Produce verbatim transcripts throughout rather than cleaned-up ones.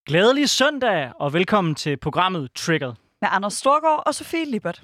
Glædelig søndag, og velkommen til programmet Triggered. Med Anders Storgård og Sofie Lippert.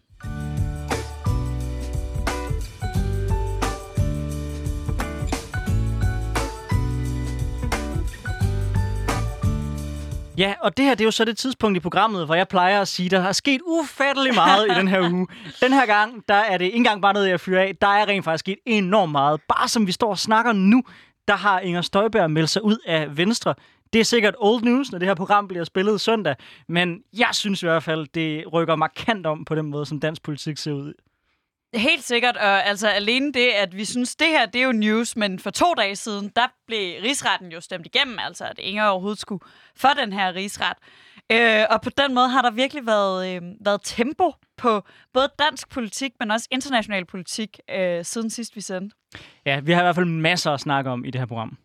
Ja, og det her det er jo så det tidspunkt i programmet, hvor jeg plejer at sige, at der er sket ufattelig meget i den her uge. Den her gang, der er det ikke engang bare noget, jeg fyrer af. Der er rent faktisk sket enormt meget. Bare som vi står og snakker nu, der har Inger Støjberg meldt sig ud af Venstre. Det er sikkert old news, når det her program bliver spillet søndag. Men jeg synes i hvert fald, det rykker markant om på den måde, som dansk politik ser ud. Helt sikkert, og altså alene det, at vi synes, det her det er jo news, men for to dage siden, der blev rigsretten jo stemt igennem, altså at Inger overhovedet skulle for den her rigsret. Øh, og på den måde har der virkelig været, øh, været tempo på både dansk politik, men også international politik, øh, siden sidst vi sendte. Ja, vi har i hvert fald masser at snakke om i det her program.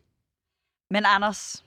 Men Anders,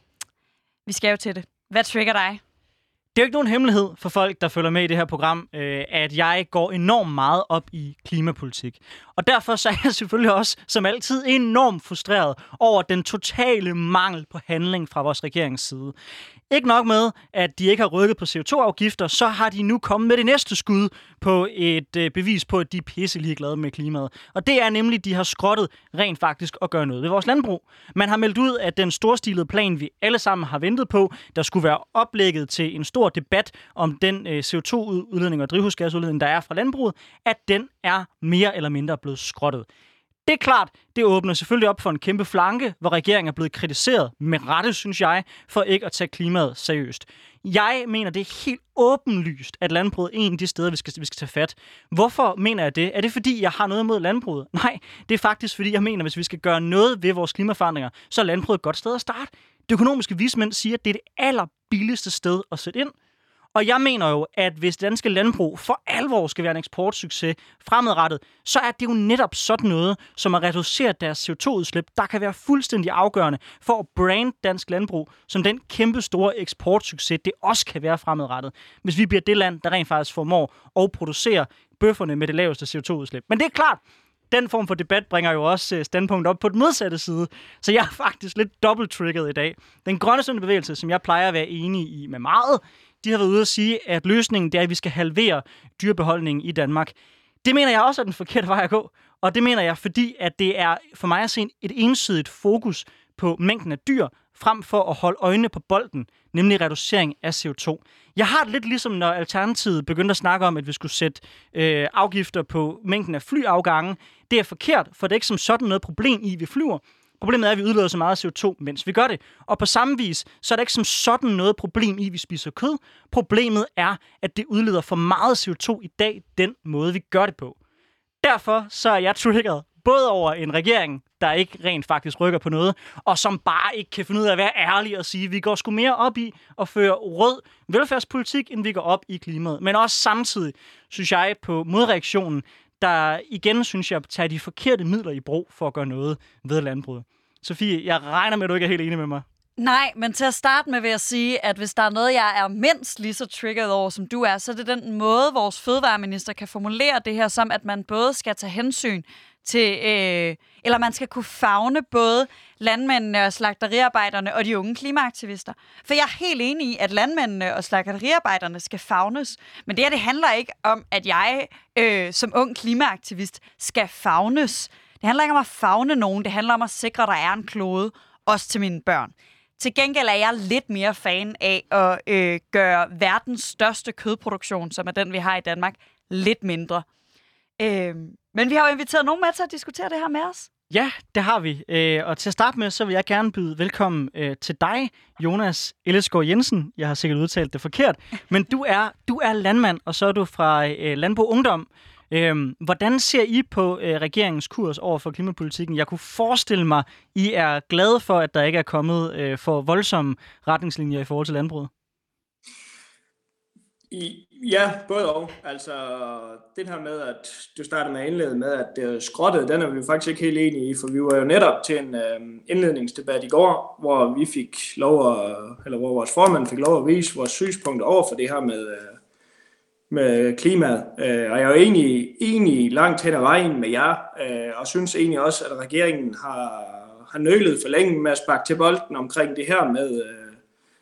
vi skal jo til det. Hvad trigger dig? Det er jo ikke nogen hemmelighed for folk, der følger med i det her program, øh, at jeg går enormt meget op i klimapolitik. Og derfor så er jeg selvfølgelig også, som altid, enormt frustreret over den totale mangel på handling fra vores regerings side. Ikke nok med, at de ikke har rykket på C O to afgifter, så har de nu kommet med det næste skud på et øh, bevis på, at de er pisselig glade med klimaet. Og det er nemlig, at de har skrottet rent faktisk at gøre noget ved vores landbrug. Man har meldt ud, at den storstilede plan, vi alle sammen har ventet på, der skulle være oplægget til en stor debat om den øh, C O to udledning og drivhusgasudledning, der er fra landbruget, at den er mere eller mindre blevet skrottet. Det er klart, det åbner selvfølgelig op for en kæmpe flanke, hvor regeringen er blevet kritiseret med rette, synes jeg, for ikke at tage klimaet seriøst. Jeg mener, det er helt åbenlyst, at landbruget er en af de steder, vi skal, vi skal tage fat. Hvorfor mener jeg det? Er det fordi, jeg har noget imod landbruget? Nej, det er faktisk fordi, jeg mener, hvis vi skal gøre noget ved vores klimaforandringer, så er landbruget et godt sted at starte. Det økonomiske vismænd siger, at det er det allerbilligste sted at sætte ind. Og jeg mener jo, at hvis danske landbrug for alvor skal være en eksportsucces fremadrettet, så er det jo netop sådan noget, som at reducere deres C O to udslip, der kan være fuldstændig afgørende for at brande dansk landbrug som den kæmpe store eksportsucces, det også kan være fremadrettet, hvis vi bliver det land, der rent faktisk formår at producere bøfferne med det laveste C O to udslip. Men det er klart, den form for debat bringer jo også standpunkt op på den modsatte side. Så jeg er faktisk lidt dobbelt-trigget i dag. Den grønne søndebevægelse, som jeg plejer at være enig i med meget, de har været ude at sige, at løsningen det er, at vi skal halvere dyrebeholdningen i Danmark. Det mener jeg også er den forkerte vej at gå. Og det mener jeg, fordi at det er for mig at se et ensidigt fokus på mængden af dyr, frem for at holde øjnene på bolden, nemlig reducering af C O to. Jeg har det lidt ligesom, når Alternativet begyndte at snakke om, at vi skulle sætte øh, afgifter på mængden af flyafgange. Det er forkert, for det er ikke som sådan noget problem i, vi flyver. Problemet er, at vi udleder så meget C O to, mens vi gør det. Og på samme vis, så er der ikke som sådan noget problem i, at vi spiser kød. Problemet er, at det udleder for meget C O to i dag, den måde, vi gør det på. Derfor så er jeg triggeret både over en regering, der ikke rent faktisk rykker på noget, og som bare ikke kan finde ud af at være ærlig og sige, at vi går sgu mere op i at føre rød velfærdspolitik, end vi går op i klimaet. Men også samtidig, synes jeg, på modreaktionen, der igen, synes jeg, tager de forkerte midler i brug for at gøre noget ved landbruget. Sofie, jeg regner med, at du ikke er helt enig med mig. Nej, men til at starte med vil jeg sige, at hvis der er noget, jeg er mindst lige så triggered over, som du er, så er det den måde, vores fødevareminister kan formulere det her som, at man både skal tage hensyn til, øh, eller man skal kunne favne både landmændene og slagteriarbejderne og de unge klimaaktivister. For jeg er helt enig i, at landmændene og slagteriarbejderne skal favnes. Men det her, det handler ikke om, at jeg øh, som ung klimaaktivist skal favnes. Det handler ikke om at favne nogen. Det handler om at sikre, at der er en klode, også til mine børn. Til gengæld er jeg lidt mere fan af at øh, gøre verdens største kødproduktion, som er den, vi har i Danmark, lidt mindre. Øh, men vi har jo inviteret nogen med til at diskutere det her med os. Ja, det har vi. Øh, og til at starte med, så vil jeg gerne byde velkommen øh, til dig, Jonas Ellesgaard Jensen. Jeg har sikkert udtalt det forkert, men du er, du er landmand, og så er du fra øh, Landbrug Ungdom. Øh, hvordan ser I på øh, regeringens kurs over for klimapolitikken? Jeg kunne forestille mig, I er glade for, at der ikke er kommet øh, for voldsomme retningslinjer i forhold til landbruget. I, ja, både og. Altså, det her med, at du startede med at indlede med, at det er skrottet, den er vi faktisk ikke helt enige i, for vi var jo netop til en øh, indledningsdebat i går, hvor vi fik lov at, eller hvor vores formand fik lov at vise vores synspunkter over for det her med, øh, med klimaet. Øh, og jeg er jo egentlig, egentlig langt hen ad vejen med jer, øh, og synes egentlig også, at regeringen har, har nølet for længe med at sparke til bolden omkring det her med, øh,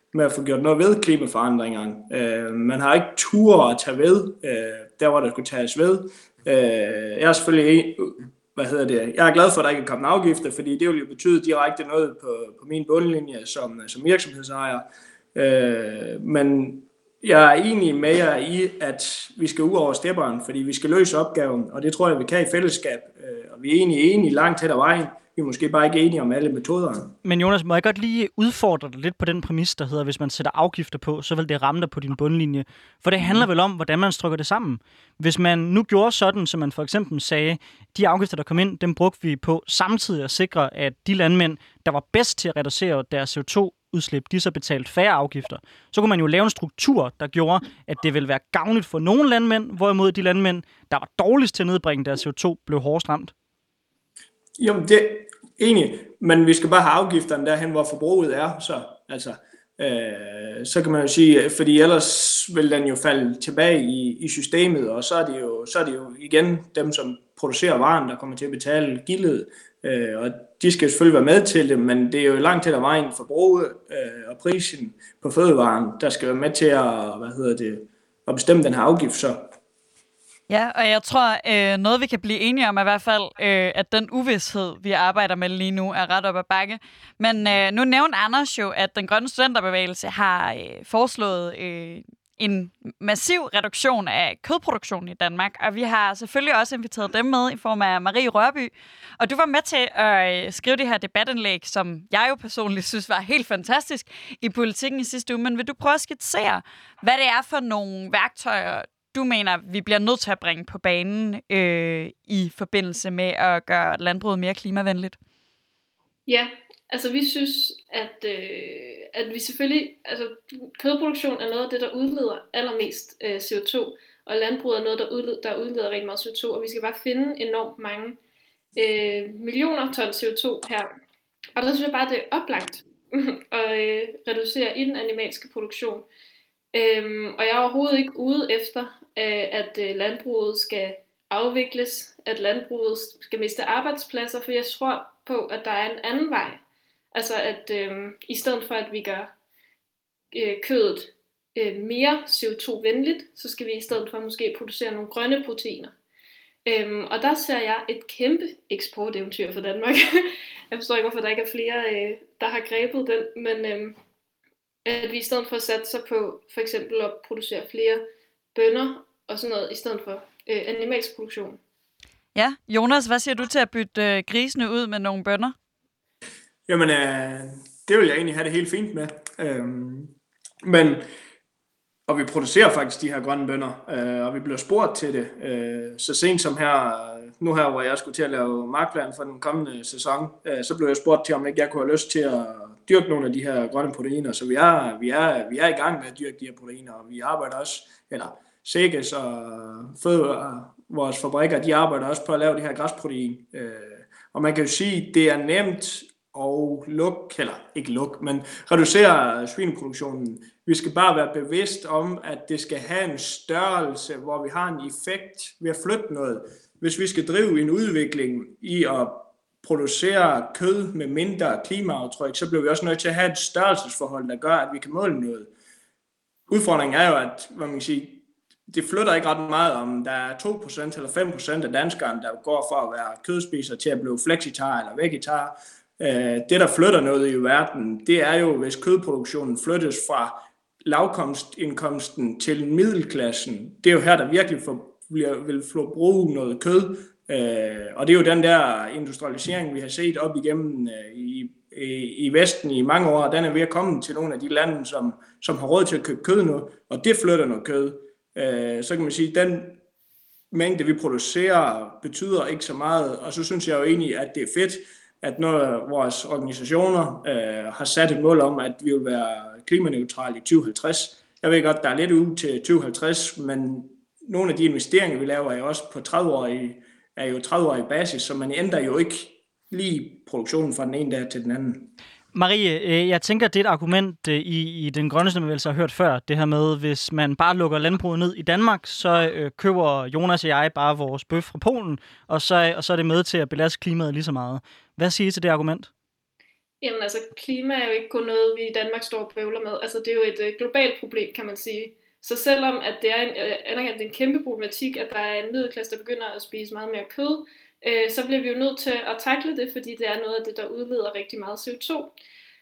med at få gjort noget ved klimaforandringerne. Øh, man har ikke tur at tage ved, øh, der hvor der kunne tages ved. Øh, jeg er selvfølgelig en, hvad hedder det, jeg er glad for, at der ikke er kommet afgifter, fordi det vil jo betyde direkte noget på, på min bundlinje som, som virksomhedsejer. Øh, men jeg er enig med jer i, at vi skal ud over stepperen, fordi vi skal løse opgaven, og det tror jeg, vi kan i fællesskab. Øh, og vi er egentlig enige langt hen ad vejen. Vi er måske bare ikke enige om alle metoderne. Men Jonas, må jeg godt lige udfordre dig lidt på den præmis, der hedder, hvis man sætter afgifter på, så vil det ramme dig på din bundlinje. For det handler vel om, hvordan man stykker det sammen. Hvis man nu gjorde sådan, som man for eksempel sagde, de afgifter, der kom ind, dem brugte vi på samtidig at sikre, at de landmænd, der var bedst til at reducere deres C O to udslip, de så betalt færre afgifter. Så kunne man jo lave en struktur, der gjorde, at det ville være gavnligt for nogle landmænd, hvorimod de landmænd, der var dårligst til at nedbringe deres C O to, blev hårdest ramt. Jamen, det er enig, men vi skal bare have afgifterne derhen, hvor forbruget er. Så, altså, øh, så kan man jo sige, fordi ellers vil den jo falde tilbage i, i systemet, og så er, det jo, så er det jo igen dem, som producerer varen, der kommer til at betale gildet. Øh, og de skal selvfølgelig være med til det, men det er jo langt til at vejen forbruget øh, og prisen på fødevaren, der skal være med til at, hvad hedder det, at bestemme den her afgift så. Ja, og jeg tror, øh, noget vi kan blive enige om er i hvert fald, øh, at den uvished, vi arbejder med lige nu, er ret op ad bakke. Men øh, nu nævnte Anders jo, at den grønne studenterbevægelse har øh, foreslået øh, en massiv reduktion af kødproduktionen i Danmark, og vi har selvfølgelig også inviteret dem med i form af Marie Rørby. Og du var med til at øh, skrive det her debatindlæg, som jeg jo personligt synes var helt fantastisk i Politikken i sidste uge. Men vil du prøve at skitsere, hvad det er for nogle værktøjer, du mener, vi bliver nødt til at bringe på banen øh, i forbindelse med at gøre landbruget mere klimavenligt? Ja, altså vi synes, at, øh, at vi selvfølgelig, altså kødproduktion er noget af det, der udleder allermest øh, C O to, og landbruget er noget, der udleder, der udleder rigtig meget C O to, og vi skal bare finde enormt mange øh, millioner ton C O to her. Og der synes jeg bare, det er oplagt at øh, reducere i den animalske produktion. Øhm, og jeg er overhovedet ikke ude efter, øh, at øh, landbruget skal afvikles, at landbruget skal miste arbejdspladser, for jeg tror på, at der er en anden vej. Altså at øh, i stedet for, at vi gør øh, kødet øh, mere C O to venligt, så skal vi i stedet for måske producere nogle grønne proteiner. Øhm, og der ser jeg et kæmpe eksporteventyr for Danmark. Jeg forstår ikke, hvorfor der ikke er flere, øh, der har grebet den, men... Øh, at vi i stedet for at satse på for eksempel at producere flere bønner og sådan noget, i stedet for øh, animalsk produktion. Ja, Jonas, hvad siger du til at bytte øh, grisene ud med nogle bønner? Jamen, øh, det vil jeg egentlig have det helt fint med. Øhm, men, og vi producerer faktisk de her grønne bønner, øh, og vi bliver spurgt til det. Øh, så sent som her, nu her, hvor jeg skulle til at lave markplan for den kommende sæson, øh, så blev jeg spurgt til, om ikke jeg kunne have lyst til at dyrke nogle af de her grønne proteiner. Så vi er, vi er, vi er i gang med at dyrke de her proteiner, og vi arbejder også, eller Sækkes og fødevarer, vores fabrikker, de arbejder også på at lave det her græsprotein. Øh, og man kan jo sige, det er nemt at lukke, eller ikke lukke, men reducere svineproduktionen. Vi skal bare være bevidst om, at det skal have en størrelse, hvor vi har en effekt ved at flytte noget. Hvis vi skal drive en udvikling i at producere kød med mindre klimaaftryk, så bliver vi også nødt til at have et størrelsesforhold, der gør, at vi kan måle noget. Udfordringen er jo, at hvad man kan sige, det flytter ikke ret meget, om der er to procent eller fem procent af danskerne, der går for at være kødspiser til at blive flexitar eller vegetar. Det, der flytter noget i verden, det er jo, hvis kødproduktionen flyttes fra lavkomstindkomsten til middelklassen. Det er jo her, der virkelig for, vil få bruge noget kød. Og det er jo den der industrialisering, vi har set op igennem i, i, i Vesten i mange år. Den er ved at komme til nogle af de lande, som, som har råd til at købe kød nu, og det flytter noget kød. Så kan man sige, at den mængde, vi producerer, betyder ikke så meget. Og så synes jeg jo egentlig, at det er fedt, at når vores organisationer øh, har sat et mål om, at vi vil være klimaneutrale i tyve halvtreds. Jeg ved godt, der er lidt ud til tyve halvtreds, men nogle af de investeringer, vi laver, er jo også på tredive-årige, er jo tredive-årige basis, så man ændrer jo ikke lige produktionen fra den ene dag til den anden. Marie, jeg tænker, det er et argument i, i den grønne stemmebevægelse, jeg har hørt før, det her med, hvis man bare lukker landbruget ned i Danmark, så øh, køber Jonas og jeg bare vores bøf fra Polen, og så, og så er det med til at belaste klimaet lige så meget. Hvad siger I til det argument? Jamen altså, klima er jo ikke kun noget, vi i Danmark står og bøvler med. Altså, det er jo et øh, globalt problem, kan man sige. Så selvom at det er en, øh, anerkendt, det er en kæmpe problematik, at der er en middelklasse, der begynder at spise meget mere kød, øh, så bliver vi jo nødt til at takle det, fordi det er noget af det, der udleder rigtig meget C O to.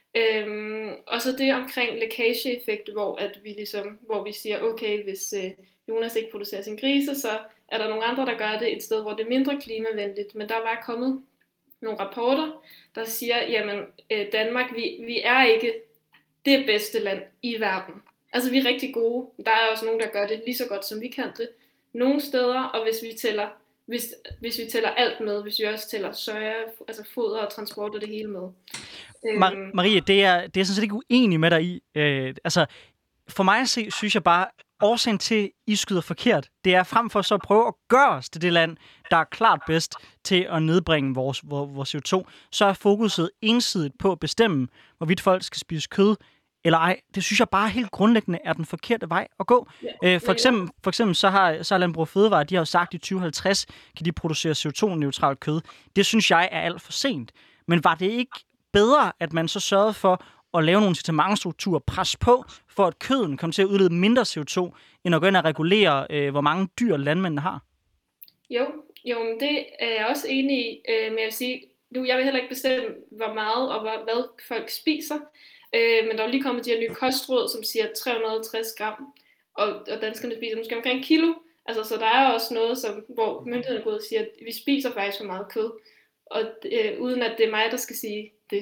Øhm, og så det omkring lækageeffekt, hvor, at vi ligesom, hvor vi siger, okay, hvis øh, Jonas ikke producerer sin grise, så er der nogle andre, der gør det et sted, hvor det er mindre klimavenligt. Men der var kommet nogle rapporter, der siger, jamen øh, Danmark, vi, vi er ikke det bedste land i verden. Altså vi er rigtig gode. Der er også nogen, der gør det lige så godt, som vi kan det. Nogle steder, og hvis vi tæller, hvis, hvis vi tæller alt med, hvis vi også tæller soja, altså foder og transport og det hele med. Mar- Marie, det er, det er sådan set ikke uenig med dig i. Øh, altså, for mig at se, synes jeg bare, årsagen til, at I skyder forkert, det er frem for så at prøve at gøre os til det land, der er klart bedst til at nedbringe vores, vores C O to, så er fokuset ensidigt på at bestemme, hvorvidt folk skal spise kød eller ej. Det synes jeg bare helt grundlæggende er den forkerte vej at gå. Ja, øh, for, eksempel, for eksempel så har, så har Landbrug Fødevare, de har jo sagt, at i tyve halvtreds kan de producere C O to-neutralt kød. Det synes jeg er alt for sent. Men var det ikke bedre, at man så sørgede for at lave nogle incitamentsstrukturer, pres på, for at køden kommer til at udlede mindre C O to, end at gå ind og regulere, øh, hvor mange dyr landmændene har? Jo, jo, men det er jeg også enig i, øh, men jeg vil sige, nu, jeg vil heller ikke bestemme, hvor meget og hvor, hvad folk spiser, øh, men der er lige kommet de her nye kostråd, som siger tre hundrede og halvtreds gram, og, og danskerne spiser måske omkring en kilo, altså så der er også noget, som, hvor myndighederne går ud og siger, at vi spiser faktisk for meget kød, og øh, uden at det er mig, der skal sige det.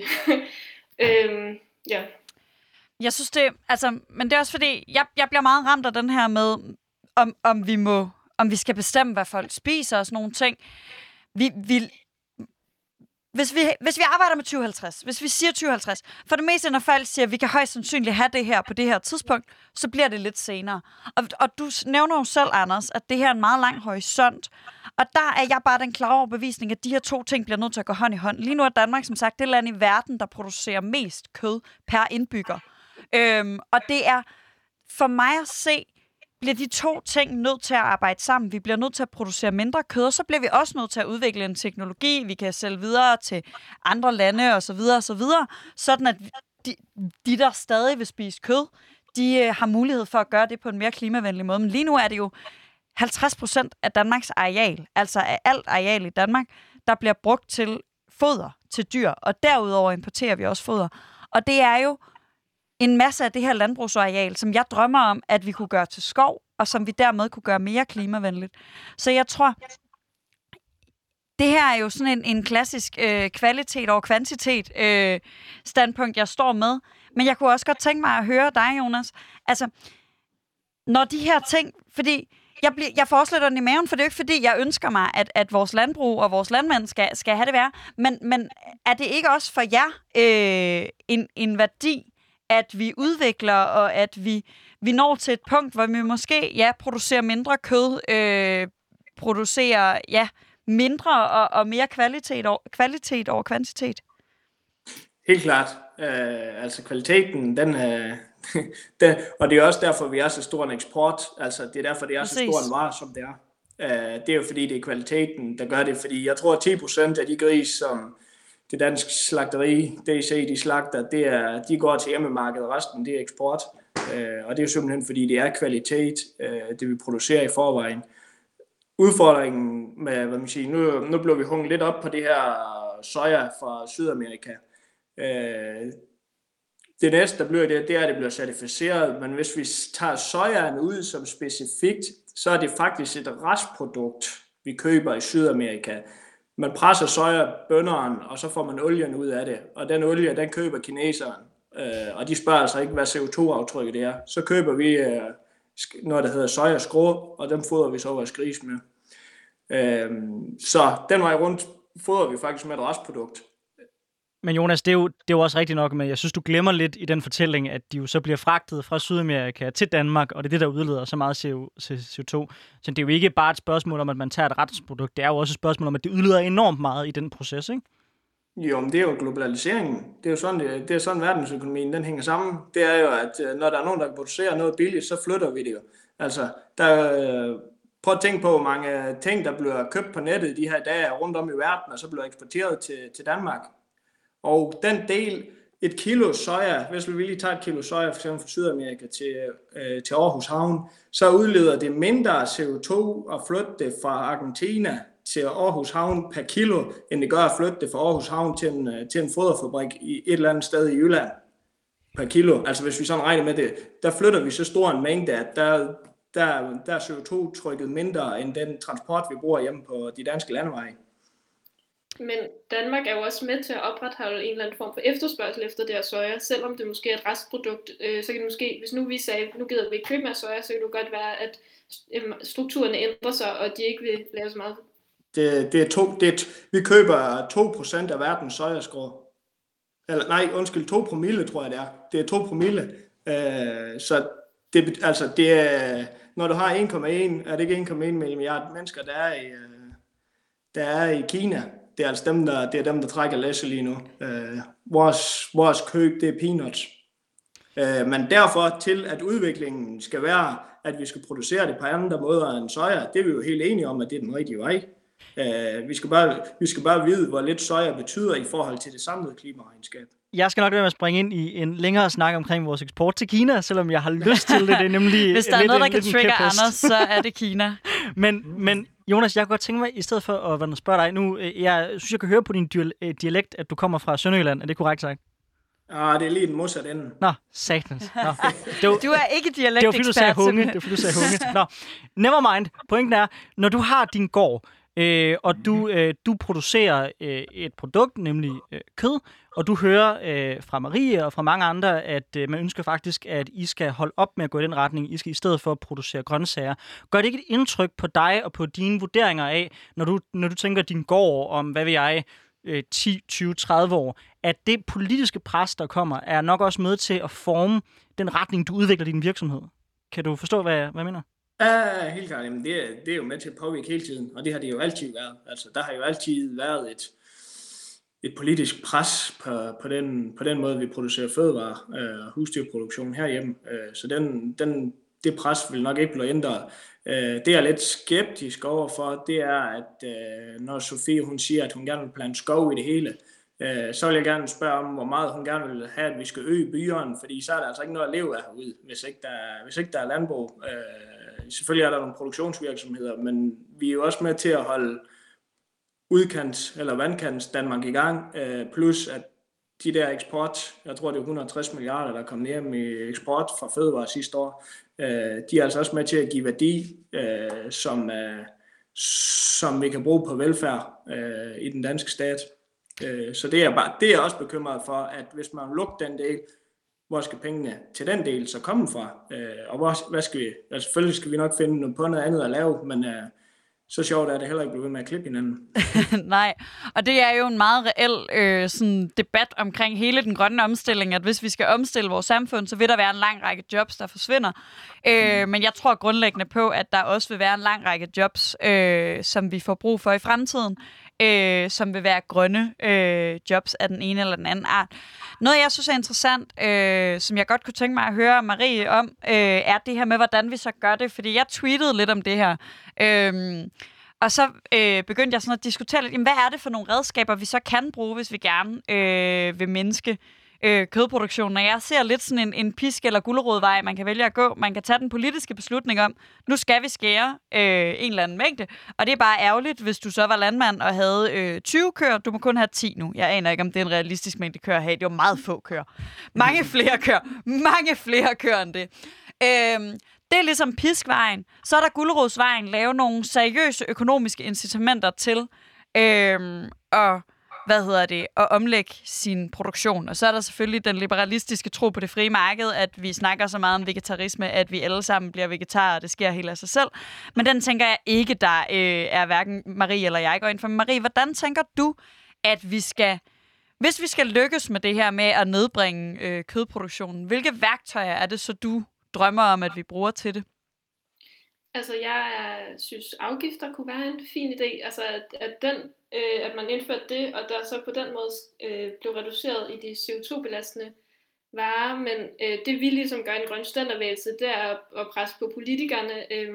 øhm, ja. Jeg synes det, altså, men det er også fordi, jeg, jeg bliver meget ramt af den her med, om, om vi må, om vi skal bestemme, hvad folk spiser og sådan nogle ting. Vi, vi, hvis, vi, hvis vi arbejder med tyve halvtreds, hvis vi siger tyve halvtreds, for det meste, når folk siger, at vi kan højst sandsynligt have det her på det her tidspunkt, så bliver det lidt senere. Og, og du nævner jo selv, Anders, at det her er en meget lang horisont. Og der er jeg bare den klare overbevisning, at de her to ting bliver nødt til at gå hånd i hånd. Lige nu er Danmark, som sagt, det land i verden, der producerer mest kød per indbygger. Øhm, og det er, for mig at se, bliver de to ting nødt til at arbejde sammen. Vi bliver nødt til at producere mindre kød, og så bliver vi også nødt til at udvikle en teknologi, vi kan sælge videre til andre lande osv. osv., sådan at de, de, der stadig vil spise kød, de øh, har mulighed for at gøre det på en mere klimavenlig måde. Men lige nu er det jo halvtreds procent af Danmarks areal, altså af alt areal i Danmark, der bliver brugt til foder til dyr, og derudover importerer vi også foder. Og det er jo en masse af det her landbrugsareal, som jeg drømmer om, at vi kunne gøre til skov, og som vi dermed kunne gøre mere klimavenligt. Så jeg tror, det her er jo sådan en, en klassisk øh, kvalitet over kvantitet øh, standpunkt, jeg står med. Men jeg kunne også godt tænke mig at høre dig, Jonas. Altså, når de her ting, fordi jeg, bliver, jeg får også lidt ondt i maven, for det er jo ikke fordi, jeg ønsker mig, at, at vores landbrug og vores landmænd skal, skal have det værre. Men, men er det ikke også for jer øh, en, en værdi, at vi udvikler, og at vi, vi når til et punkt, hvor vi måske ja, producerer mindre kød, øh, producerer ja, mindre og, og mere kvalitet over, kvalitet over kvantitet? Helt klart. Øh, altså kvaliteten, den er... den, og det er også derfor, vi er så stor en eksport. Altså det er derfor, det er Præcis. så stor en vare, som det er. Øh, det er jo fordi, det er kvaliteten, der gør det. Fordi jeg tror, at ti procent af de gris, som det danske slagteri, D C, de slagter, det er, de går til hjemmemarkedet, resten det er eksport. Øh, og det er jo simpelthen fordi, det er kvalitet, øh, det vi producerer i forvejen. Udfordringen med, hvad man siger, nu, nu blev vi hunget lidt op på det her soja fra Sydamerika. Øh, det næste, der bliver det, det er, at det bliver certificeret, men hvis vi tager sojaen ud som specifikt, så er det faktisk et restprodukt, vi køber i Sydamerika. Man presser sojabønderen, og så får man olien ud af det. Og den olie, den køber kineseren. Øh, og de spørger altså ikke, hvad C O to aftrykket det er. Så køber vi øh, noget, der hedder sojaskrå, og dem fodrer vi så vores gris med. Øh, så den vej rundt fodrer vi faktisk med et restprodukt. Men Jonas, det er, jo, det er jo også rigtigt nok, men jeg synes, du glemmer lidt i den fortælling, at de jo så bliver fragtet fra Sydamerika til Danmark, og det er det, der udleder så meget C O to. Så det er jo ikke bare et spørgsmål om, at man tager et restprodukt. Det er jo også et spørgsmål om, at det udleder enormt meget i den proces, ikke? Jo, men det er jo globaliseringen. Det er jo sådan, det, det er sådan verdensøkonomien, den hænger sammen. Det er jo, at når der er nogen, der producerer noget billigt, så flytter vi det jo. Altså, der, prøv at tænke på, hvor mange ting, der bliver købt på nettet de her dage rundt om i verden, og så bliver eksporteret til, til Danmark. Og den del, et kilo soja, hvis vi lige tager et kilo soja, for eksempel fra Sydamerika til, øh, til Aarhus Havn, så udleder det mindre C O to at flytte det fra Argentina til Aarhus Havn per kilo, end det gør at flytte det fra Aarhus Havn til en, til en foderfabrik i et eller andet sted i Jylland per kilo. Altså hvis vi sådan regner med det, der flytter vi så stor en mængde, at der, der, der er C O to trykket mindre end den transport, vi bruger hjemme på de danske landeveje. Men Danmark er jo også med til at opretholde en eller anden form for efterspørgsel efter det her soja, selvom det måske er et restprodukt, øh, så kan det måske, hvis nu vi sagde, nu gider vi ikke købe mere soja, så kan det godt være, at øh, strukturerne ændrer sig, og de ikke vil lave så meget. Det, det er to, det er, vi køber to procent af verdens sojaskår. Eller nej, undskyld, to promille, tror jeg det er. Det er to promille. Øh, så det, altså, det er, når du har en komma en, er det ikke en komma en milliard mennesker, der er i, der er i Kina. Det er altså dem, der, det er dem, der trækker læsset lige nu. Øh, vores, vores køb, det er peanuts. Øh, men derfor til, at udviklingen skal være, at vi skal producere det på andre måder end soja, det er vi jo helt enige om, at det er den rigtige vej. Øh, vi, skal bare, vi skal bare vide, hvor lidt soja betyder i forhold til det samlede klimaregnskab. Jeg skal nok være med at springe ind i en længere snak omkring vores eksport til Kina, selvom jeg har lyst til det. Det er nemlig Hvis der lidt, er noget, der lidt, kan trigge Anders, så er det Kina. men, men Jonas, jeg kunne godt tænke mig, i stedet for at spørge dig nu, jeg synes, jeg kan høre på din dialekt, at du kommer fra Sønderjylland. Er det korrekt sagt? Ja, det er lige den modsatte ende. Nå, satans. Nå. Var, du er ikke dialektekspert. Det var fordi, du sagde hunge. Det var fordi, du sagde hunge. Nå, never mind. Pointen er, når du har din gård, øh, og du, øh, du producerer øh, et produkt, nemlig øh, kød, og du hører øh, fra Marie og fra mange andre, at øh, man ønsker faktisk, at I skal holde op med at gå i den retning. I skal i stedet for at producere grøntsager. Gør det ikke et indtryk på dig og på dine vurderinger af, når du, når du tænker din gård om, hvad vil jeg, ti, tyve, tredive år, at det politiske pres, der kommer, er nok også med til at forme den retning, du udvikler din virksomhed? Kan du forstå, hvad jeg, hvad jeg mener? Ja, helt klart. Jamen, det, er, det er jo med til at påvirke hele tiden, og det har det jo altid været. Altså, der har jo altid været et, et politisk pres på, på, den, på den måde, vi producerer fødevarer og øh, husdyrproduktion herhjemme. Øh, så den, den, det pres vil nok ikke blive ændret. Øh, det jeg er lidt skeptisk overfor, det er, at øh, når Sofie hun siger, at hun gerne vil plante skov i det hele, øh, så vil jeg gerne spørge om, hvor meget hun gerne vil have, at vi skal øge byerne, fordi så er der altså ikke noget at leve af herude, hvis ikke der, hvis ikke der er landbrug. Øh, selvfølgelig er der nogle produktionsvirksomheder, men vi er jo også med til at holde udkants- eller vandkants Danmark i gang, øh, plus at de der eksport, jeg tror det er et hundrede og tres milliarder, der kom hjem i eksport fra fødevarer sidste år, øh, de er altså også med til at give værdi, øh, som, øh, som vi kan bruge på velfærd øh, i den danske stat. Øh, så det er, bare, det er jeg også bekymret for, at hvis man lukker den del, hvor skal pengene til den del så komme fra? Øh, og hvor, hvad skal vi? Altså, selvfølgelig skal vi nok finde noget på noget andet at lave, men øh, så sjovt er det heller ikke blevet ved med at klippe hinanden. Nej, og det er jo en meget reel øh, sådan debat omkring hele den grønne omstilling, at hvis vi skal omstille vores samfund, så vil der være en lang række jobs, der forsvinder. Øh, men jeg tror grundlæggende på, at der også vil være en lang række jobs, øh, som vi får brug for i fremtiden, øh, som vil være grønne øh, jobs af den ene eller den anden art. Noget, jeg synes er interessant, øh, som jeg godt kunne tænke mig at høre Marie om, øh, er det her med, hvordan vi så gør det. Fordi jeg tweetede lidt om det her. Øh, og så øh, begyndte jeg sådan at diskutere lidt, jamen, hvad er det for nogle redskaber, vi så kan bruge, hvis vi gerne øh, vil mindske øh, kødproduktionen. Og jeg ser lidt sådan en, en pisk- eller gulerodvej, man kan vælge at gå. Man kan tage den politiske beslutning om, nu skal vi skære øh, en eller anden mængde. Og det er bare ærgerligt, hvis du så var landmand og havde øh, tyve køer. Du må kun have ti nu. Jeg aner ikke, om det er en realistisk mængde køer at have. Det er jo meget få køer. Mange flere køer. Mange flere køer end det. Øh, Det er ligesom piskvejen. Så er der gulerodsvejen. Lave nogle seriøse økonomiske incitamenter til øhm, at, hvad hedder det, at omlægge sin produktion. Og så er der selvfølgelig den liberalistiske tro på det frie marked, at vi snakker så meget om vegetarisme, at vi alle sammen bliver vegetarer, og det sker helt af sig selv. Men den tænker jeg ikke, der øh, er hverken Marie eller jeg går ind for. Marie, hvordan tænker du, at vi skal, hvis vi skal lykkes med det her med at nedbringe øh, kødproduktionen, hvilke værktøjer er det så, du drømmer om, at vi bruger til det? Altså, jeg synes, afgifter kunne være en fin idé. Altså, at, at, den, øh, at man indførte det, og der så på den måde øh, blev reduceret i de C O to belastende varer. Men øh, det vi ligesom gør i en grøn stændervægelse, det er at, at presse på politikerne øh,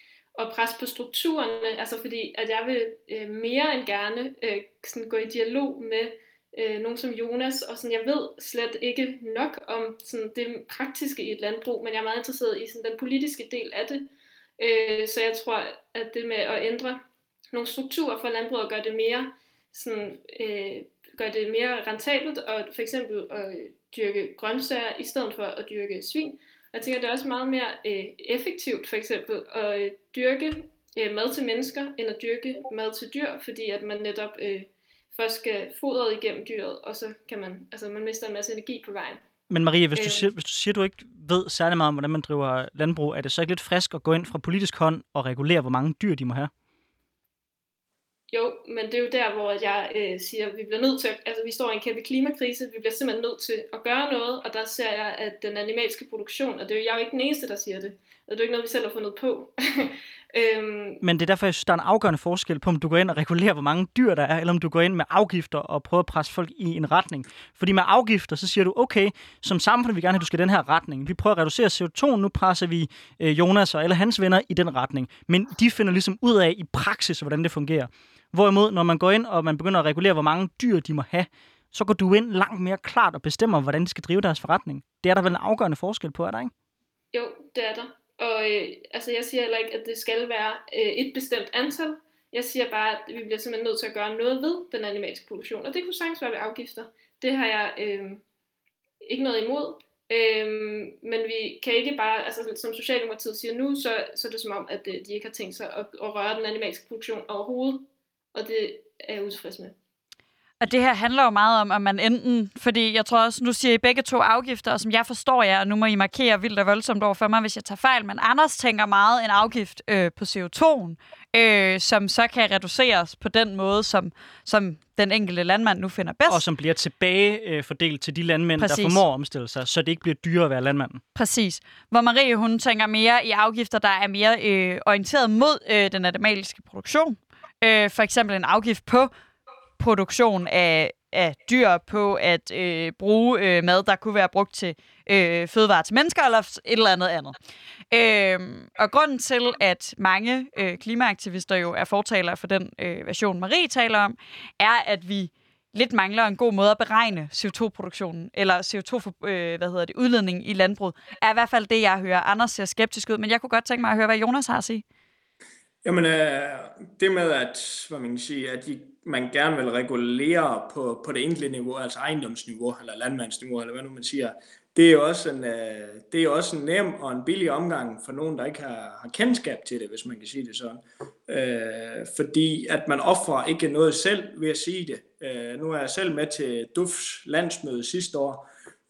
og presse på strukturerne. Altså, fordi at jeg vil øh, mere end gerne øh, sådan gå i dialog med øh, nogen som Jonas, og sådan, jeg ved slet ikke nok om sådan, det praktiske i et landbrug, men jeg er meget interesseret i sådan, den politiske del af det. Øh, så jeg tror, at det med at ændre nogle strukturer for landbruget og gøre det mere, sådan, øh, gøre det mere rentabelt, og for eksempel at dyrke grøntsager i stedet for at dyrke svin. Jeg tænker, det er også meget mere øh, effektivt for eksempel at øh, dyrke øh, mad til mennesker, end at dyrke mad til dyr, fordi at man netop øh, først skal fodret igennem dyret, og så kan man, altså man mister en masse energi på vejen. Men Marie, hvis du, Øh. siger, hvis du siger, du ikke ved særlig meget om, hvordan man driver landbrug, er det så ikke lidt frisk at gå ind fra politisk hånd og regulere, hvor mange dyr de må have? Jo, men det er jo der, hvor jeg øh, siger, at vi bliver nødt til, altså vi står i en kæmpe klimakrise, vi bliver simpelthen nødt til at gøre noget, og der ser jeg, at den animalske produktion, og det er jo, jeg er jo ikke den eneste, der siger det, og det er jo ikke noget, vi selv har fundet på. øhm, Men det er derfor, jeg synes, der er en afgørende forskel på, om du går ind og regulerer, hvor mange dyr der er, eller om du går ind med afgifter og prøver at presse folk i en retning. Fordi med afgifter, så siger du, okay, som samfund vil vi gerne have, at du skal i den her retning. Vi prøver at reducere C O to, nu presser vi øh, Jonas og alle hans venner i den retning. Men de finder ligesom ud af i praksis, hvordan det fungerer. Hvorimod, når man går ind, og man begynder at regulere, hvor mange dyr de må have, så går du ind langt mere klart og bestemmer, hvordan de skal drive deres forretning. Det er der vel en afgørende forskel på, er der ikke? Jo, det er der. Og øh, altså, jeg siger heller ikke, at det skal være øh, et bestemt antal. Jeg siger bare, at vi bliver simpelthen nødt til at gøre noget ved den animalske produktion. Og det kunne sagtens være ved afgifter. Det har jeg øh, ikke noget imod. Øh, men vi kan ikke bare, altså som Socialdemokratiet siger nu, så, så er det som om, at de ikke har tænkt sig at, at røre den animalske produktion overhovedet. Og det er jeg utilfreds med. Og det her handler jo meget om, at man enten, fordi jeg tror også, nu siger I begge to afgifter, og som jeg forstår jer, og nu må I markere vildt og voldsomt over for mig, hvis jeg tager fejl, men Anders tænker meget en afgift øh, på C O to'en, øh, som så kan reduceres på den måde, som, som den enkelte landmand nu finder bedst. Og som bliver tilbagefordelt øh, til de landmænd, Præcis. Der formår at omstille sig, så det ikke bliver dyrere at være landmanden. Præcis. Hvor Marie, hun tænker mere i afgifter, der er mere øh, orienteret mod øh, den animalske produktion. Øh, for eksempel en afgift på produktion af, af dyr, på at øh, bruge øh, mad, der kunne være brugt til øh, fødevarer til mennesker, eller et eller andet andet. Øh, og grunden til, at mange øh, klimaaktivister jo er fortalere for den øh, version, Marie taler om, er, at vi lidt mangler en god måde at beregne C O to produktionen, eller C O to øh, hvad hedder det, udledning i landbruget, er i hvert fald det, jeg hører. Anders ser skeptisk ud, men jeg kunne godt tænke mig at høre, hvad Jonas har at sige. Jamen, øh, det med, at, hvad man kan sige, at de, man gerne vil regulere på, på det enkelte niveau, altså ejendomsniveau, eller landmandsniveau, eller hvad nu man siger, det er jo også en, øh, det er jo også en nem og en billig omgang for nogen, der ikke har, har kendskab til det, hvis man kan sige det sådan. Øh, fordi at man offrer ikke noget selv ved at sige det. Øh, nu er jeg selv med til D U F's landsmøde sidste år,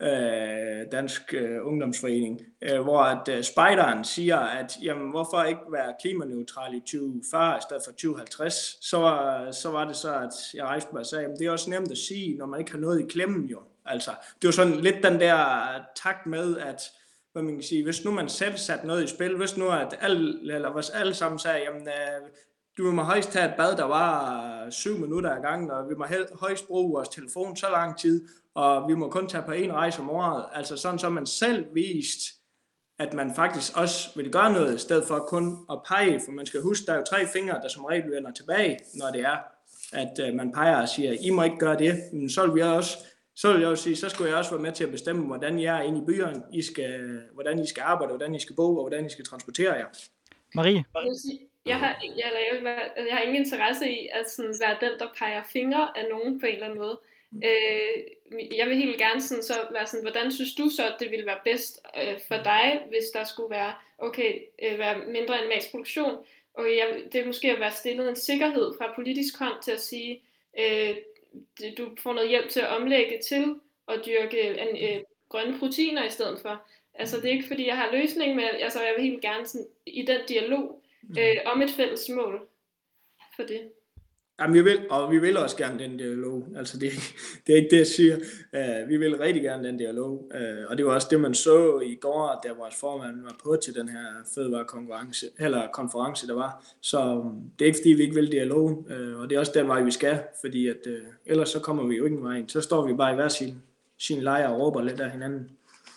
Dansk uh, Ungdomsforening, uh, hvor at uh, spejderen siger, at jamen, hvorfor ikke være klimaneutral i tyve fyrre i stedet for tyve halvtreds, så, uh, så var det så, at jeg rejste mig og sagde, at det er også nemt at sige, når man ikke har noget i klemmen jo. Altså, det var sådan lidt den der takt med, at hvad man kan sige, hvis nu man selv satte noget i spil, hvis nu at alle, eller hvis alle sammen sagde, jamen, uh, du må højst tage et bad, der var syv minutter ad gangen, og vi må højst bruge vores telefon så lang tid, og vi må kun tage på en rejse om året. Altså sådan, så man selv vist, at man faktisk også vil gøre noget, i stedet for kun at pege. For man skal huske, der er jo tre fingre, der som regel vender tilbage, når det er, at man peger og siger, I må ikke gøre det. Men så vil jeg også, så vil jeg også sige, så skulle jeg også være med til at bestemme, hvordan I er inde i byerne, I skal, hvordan I skal arbejde, hvordan I skal bo, og hvordan I skal transportere jer. Marie? Jeg har, jeg, jeg, jeg har ingen interesse i at sådan være den, der peger fingre af nogen på en eller anden måde. Øh, jeg vil helt gerne sådan, så være sådan, hvordan synes du så, at det ville være bedst øh, for dig, hvis der skulle være, okay, øh, være mindre animalsk produktion, og jeg, det er måske at være stillet en sikkerhed fra politisk hånd til at sige, øh, du får noget hjælp til at omlægge til at dyrke en, øh, grønne proteiner i stedet for. Altså det er ikke fordi, jeg har løsning, men altså, jeg vil helt gerne sådan, i den dialog øh, om et fælles mål for det. Jamen, vi vil, og vi vil også gerne den dialog. Altså, det, det er ikke det, jeg siger. Uh, vi vil rigtig gerne den dialog. Uh, og det var også det, man så i går, da vores formand var på til den her fødevarekonference, eller konference, der var. Så det er ikke, fordi vi ikke vil dialog. Uh, og det er også den vej, vi skal. Fordi at, uh, ellers så kommer vi jo ikke en vej. Så står vi bare i hver sin, sin lejr og råber lidt af hinanden.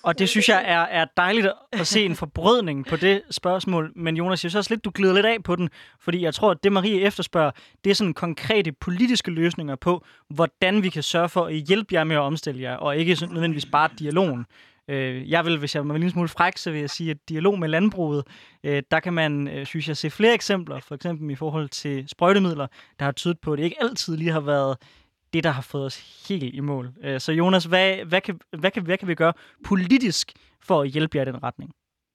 Og det synes jeg er, er dejligt at se en forbrødning på det spørgsmål. Men Jonas, jeg synes også lidt, du glider lidt af på den. Fordi jeg tror, at det Marie efterspørger, det er sådan konkrete politiske løsninger på, hvordan vi kan sørge for at hjælpe jer med at omstille jer, og ikke sådan nødvendigvis bare dialogen. Jeg vil, hvis jeg var en lille smule fræk, så vil jeg sige, at dialog med landbruget, der kan man, synes jeg, se flere eksempler. For eksempel i forhold til sprøjtemidler, der har tydet på, at det ikke altid lige har været det, der har fået os helt i mål. Så Jonas, hvad, hvad, kan, hvad, kan, hvad kan vi gøre politisk for at hjælpe jer i den retning?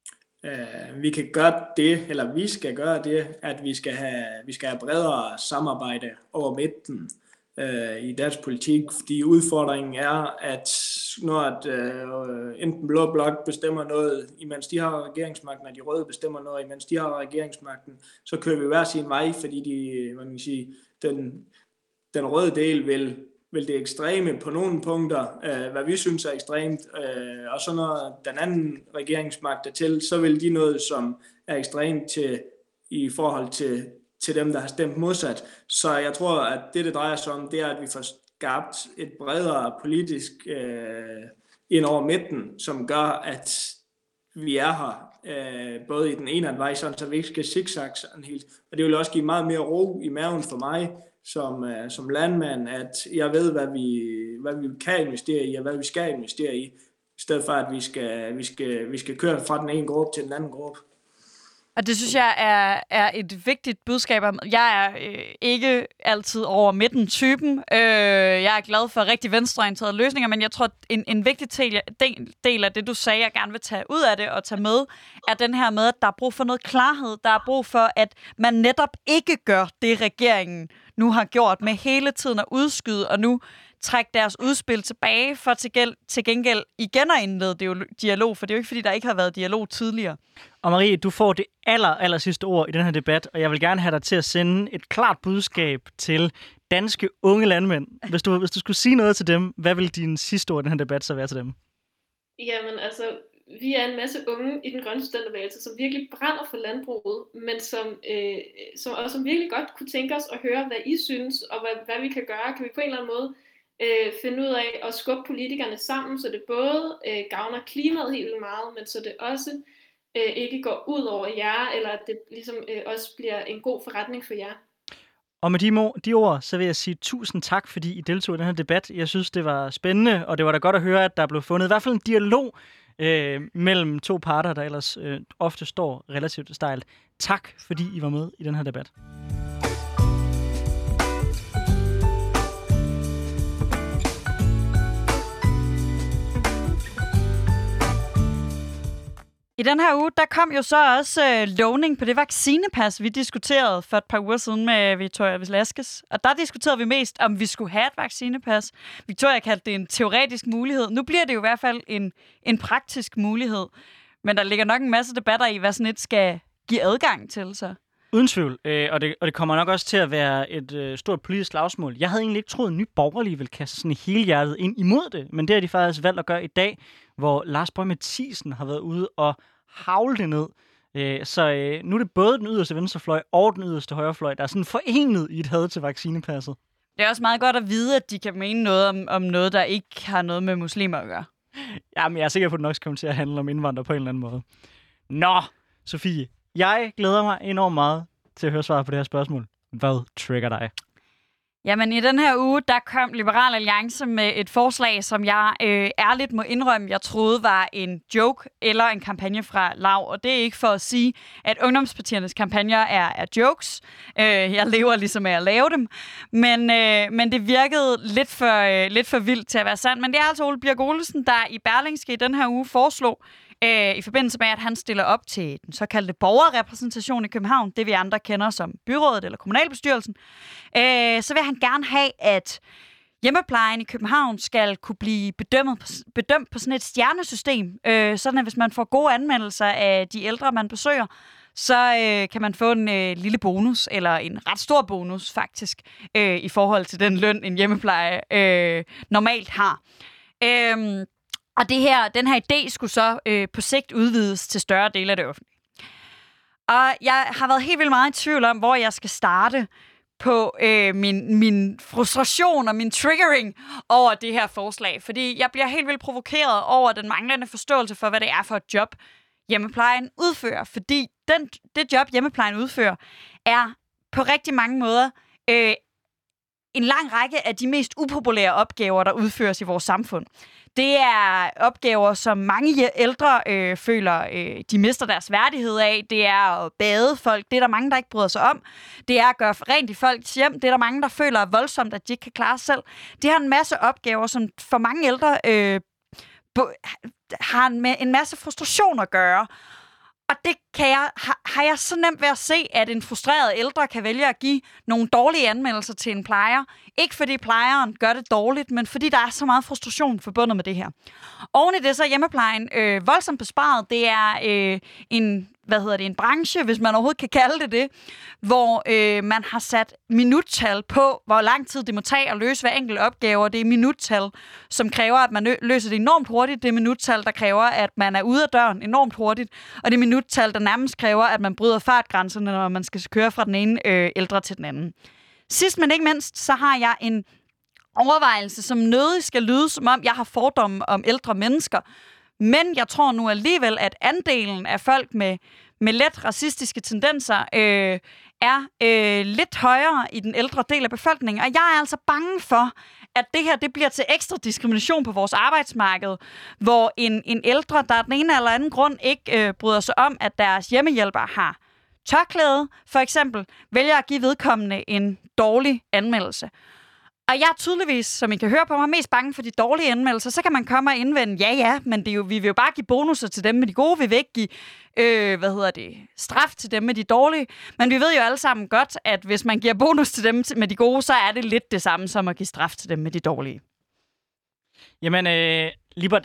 Uh, vi kan gøre det, eller vi skal gøre det, at vi skal have, vi skal have bredere samarbejde over midten uh, i dansk politik, fordi udfordringen er, at når at, uh, enten blå blok bestemmer noget, imens de har regeringsmagten, og de røde bestemmer noget, imens de har regeringsmagten, så kører vi hver sin vej, fordi de, man kan sige, den Den røde del vil, vil det ekstreme på nogle punkter, øh, hvad vi synes er ekstremt, øh, og så når den anden regeringsmagt er til, så vil de noget, som er ekstremt til, i forhold til, til dem, der har stemt modsat. Så jeg tror, at det, det drejer sig om, det er, at vi får skabt et bredere politisk øh, ind over midten, som gør, at vi er her, øh, både i den ene vej, så vi ikke skal zigzag sådan helt. Og det vil også give meget mere ro i maven for mig, Som, uh, som landmand, at jeg ved, hvad vi, hvad vi kan investere i, og hvad vi skal investere i, i stedet for, at vi skal, vi skal, vi skal køre fra den ene gruppe til den anden gruppe. Og det synes jeg er, er et vigtigt budskab. Jeg er øh, ikke altid over midten-typen. Øh, jeg er glad for rigtig venstreorienterede løsninger, men jeg tror, at en, en vigtig del, del af det, du sagde, jeg gerne vil tage ud af det og tage med, er den her med, at der er brug for noget klarhed. Der er brug for, at man netop ikke gør det, regeringen nu har gjort med hele tiden at udskyde, og nu trække deres udspil tilbage for til, gæld, til gengæld igen at indlede dialog, for det er jo ikke, fordi der ikke har været dialog tidligere. Og Marie, du får det aller, aller sidste ord i den her debat, og jeg vil gerne have dig til at sende et klart budskab til danske unge landmænd. Hvis du, hvis du skulle sige noget til dem, hvad vil din sidste ord i den her debat så være til dem? Jamen altså, vi er en masse unge i den grønne studenterbevægelse, som virkelig brænder for landbruget, men som, øh, som, og som virkelig godt kunne tænke os at høre, hvad I synes, og hvad, hvad vi kan gøre. Kan vi på en eller anden måde øh, finde ud af at skubbe politikerne sammen, så det både øh, gavner klimaet helt vildt meget, men så det også øh, ikke går ud over jer, eller at det ligesom øh, også bliver en god forretning for jer. Og med de, mo- de ord, så vil jeg sige tusind tak, fordi I deltog i den her debat. Jeg synes, det var spændende, og det var da godt at høre, at der blev fundet i hvert fald en dialog øh, mellem to parter, der ellers øh, ofte står relativt stejlt. Tak, fordi I var med i den her debat. I den her uge, der kom jo så også øh, lovning på det vaccinepas, vi diskuterede for et par uger siden med Victoria Velasquez. Og der diskuterede vi mest, om vi skulle have et vaccinepas. Victoria kaldte det en teoretisk mulighed. Nu bliver det jo i hvert fald en, en praktisk mulighed. Men der ligger nok en masse debatter i, hvad sådan et skal give adgang til så. Uden tvivl, øh, og, det, og det kommer nok også til at være et øh, stort politisk slagsmål. Jeg havde egentlig ikke troet, at Nye Borgerlige ville kaste sådan hele hjertet ind imod det, men det har de faktisk valgt at gøre i dag, hvor Lars Boje Mathiesen har været ude og havle det ned. Øh, så øh, nu er det både den yderste venstrefløj og den yderste højrefløj, der er sådan forenet i et had til vaccinepasset. Det er også meget godt at vide, at de kan mene noget om, om noget, der ikke har noget med muslimer at gøre. Jamen, jeg er sikker på, at det nok skal komme til at handle om indvandrere på en eller anden måde. Nå, Sofie. Jeg glæder mig enormt meget til at høre svar på det her spørgsmål. Hvad trigger dig? Jamen, i den her uge, der kom Liberal Alliance med et forslag, som jeg øh, ærligt må indrømme, jeg troede var en joke eller en kampagne fra Lav. Og det er ikke for at sige, at ungdomspartiernes kampagner er, er jokes. Øh, jeg lever ligesom af at lave dem. Men, øh, men det virkede lidt for, øh, lidt for vildt til at være sandt. Men det er altså Ole Birk Olesen, der i Berlingske i den her uge foreslog, Øh, i forbindelse med, at han stiller op til den såkaldte borgerrepræsentation i København, det vi andre kender som byrådet eller kommunalbestyrelsen, øh, så vil han gerne have, at hjemmeplejen i København skal kunne blive bedømt på, bedømt på sådan et stjernesystem, øh, sådan at hvis man får gode anmeldelser af de ældre, man besøger, så øh, kan man få en øh, lille bonus, eller en ret stor bonus faktisk, øh, i forhold til den løn, en hjemmepleje øh, normalt har. Øh, Og det her, den her idé skulle så øh, på sigt udvides til større dele af det offentlige. Og jeg har været helt vildt meget i tvivl om, hvor jeg skal starte. på øh, min, min frustration og min triggering over det her forslag. Fordi jeg bliver helt vildt provokeret over den manglende forståelse for, hvad det er for et job, hjemmeplejen udfører. Fordi den, det job, hjemmeplejen udfører, er på rigtig mange måder øh, en lang række af de mest upopulære opgaver, der udføres i vores samfund. Det er opgaver, som mange ældre øh, føler, øh, de mister deres værdighed af. Det er at bade folk. Det er der mange, der ikke bryder sig om. Det er at gøre rent i folks hjem. Det er der mange, der føler voldsomt, at de ikke kan klare sig selv. Det har en masse opgaver, som for mange ældre øh, har en, en masse frustration at gøre. Og det kan jeg, har, har jeg så nemt ved at se, at en frustreret ældre kan vælge at give nogle dårlige anmeldelser til en plejer. Ikke fordi plejeren gør det dårligt, men fordi der er så meget frustration forbundet med det her. Oven i det så er hjemmeplejen øh, voldsomt besparet. Det er øh, en, hvad hedder det, en branche, hvis man overhovedet kan kalde det det, hvor øh, man har sat minuttal på, hvor lang tid det må tage at løse hver enkelt opgave. Det er minuttal, som kræver, at man løser det enormt hurtigt. Det er minuttal, der kræver, at man er ude af døren enormt hurtigt. Og det er minuttal, der nærmest kræver, at man bryder fartgrænserne, når man skal køre fra den ene øh, ældre til den anden. Sidst, men ikke mindst, så har jeg en overvejelse, som nødig skal lyde, som om jeg har fordomme om ældre mennesker. Men jeg tror nu alligevel, at andelen af folk med, med let racistiske tendenser øh, er øh, lidt højere i den ældre del af befolkningen. Og jeg er altså bange for, at det her det bliver til ekstra diskrimination på vores arbejdsmarked, hvor en, en ældre, der af den ene eller anden grund ikke øh, bryder sig om, at deres hjemmehjælper har tørklæde, for eksempel, vælger at give vedkommende en dårlig anmeldelse. Og jeg er tydeligvis, som I kan høre på mig, mest bange for de dårlige anmeldelser. Så kan man komme og indvende, ja ja, men det er jo, vi vil jo bare give bonusser til dem med de gode. Vi vil ikke give øh, hvad hedder det, straf til dem med de dårlige. Men vi ved jo alle sammen godt, at hvis man giver bonus til dem med de gode, så er det lidt det samme som at give straf til dem med de dårlige. Jamen, øh, Libert,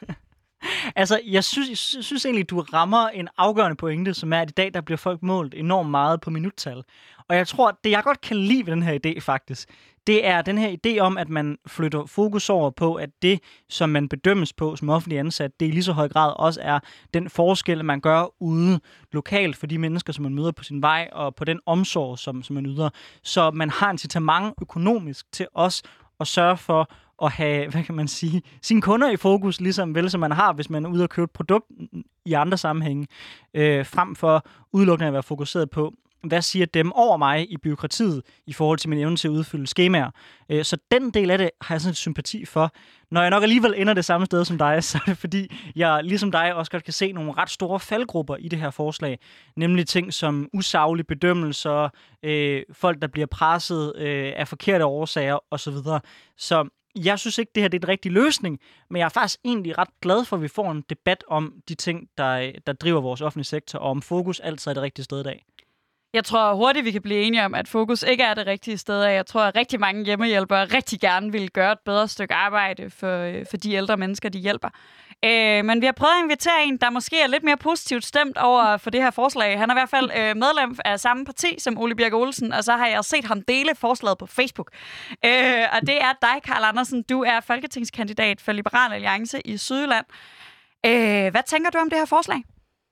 altså, jeg synes, jeg synes egentlig, du rammer en afgørende pointe, som er, at i dag, der bliver folk målt enormt meget på minuttal. Og jeg tror, det jeg godt kan lide ved den her idé, faktisk, det er den her idé om, at man flytter fokus over på, at det, som man bedømmes på som offentlig ansat, det i lige så høj grad også er den forskel, man gør ude lokalt for de mennesker, som man møder på sin vej, og på den omsorg, som, som man yder. Så man har incitament økonomisk til os at sørge for at have, hvad kan man sige, sine kunder i fokus, ligesom vel som man har, hvis man er ude og købe et produkt i andre sammenhænge, øh, frem for udelukkende at være fokuseret på, hvad siger dem over mig i byråkratiet i forhold til min evne til at udfylde skemaer. Så den del af det har jeg sådan en sympati for. Når jeg nok alligevel ender det samme sted som dig, så er det fordi, jeg ligesom dig også godt kan se nogle ret store faldgrupper i det her forslag. Nemlig ting som usaglige bedømmelser, øh, folk, der bliver presset øh, af forkerte årsager osv. Så jeg synes ikke, det her det er en rigtig løsning, men jeg er faktisk egentlig ret glad for, at vi får en debat om de ting, der, der driver vores offentlige sektor, og om fokus altid er det rigtige sted i dag. Jeg tror hurtigt, vi kan blive enige om, at fokus ikke er det rigtige sted. Jeg tror, at rigtig mange hjemmehjælpere rigtig gerne vil gøre et bedre stykke arbejde for, for de ældre mennesker, de hjælper. Øh, men vi har prøvet at invitere en, der måske er lidt mere positivt stemt over for det her forslag. Han er i hvert fald øh, medlem af samme parti som Ole Birk Olesen, og så har jeg set ham dele forslaget på Facebook. Øh, og det er dig, Carl Andersen. Du er folketingskandidat for Liberal Alliance i Sydjylland. Øh, hvad tænker du om det her forslag?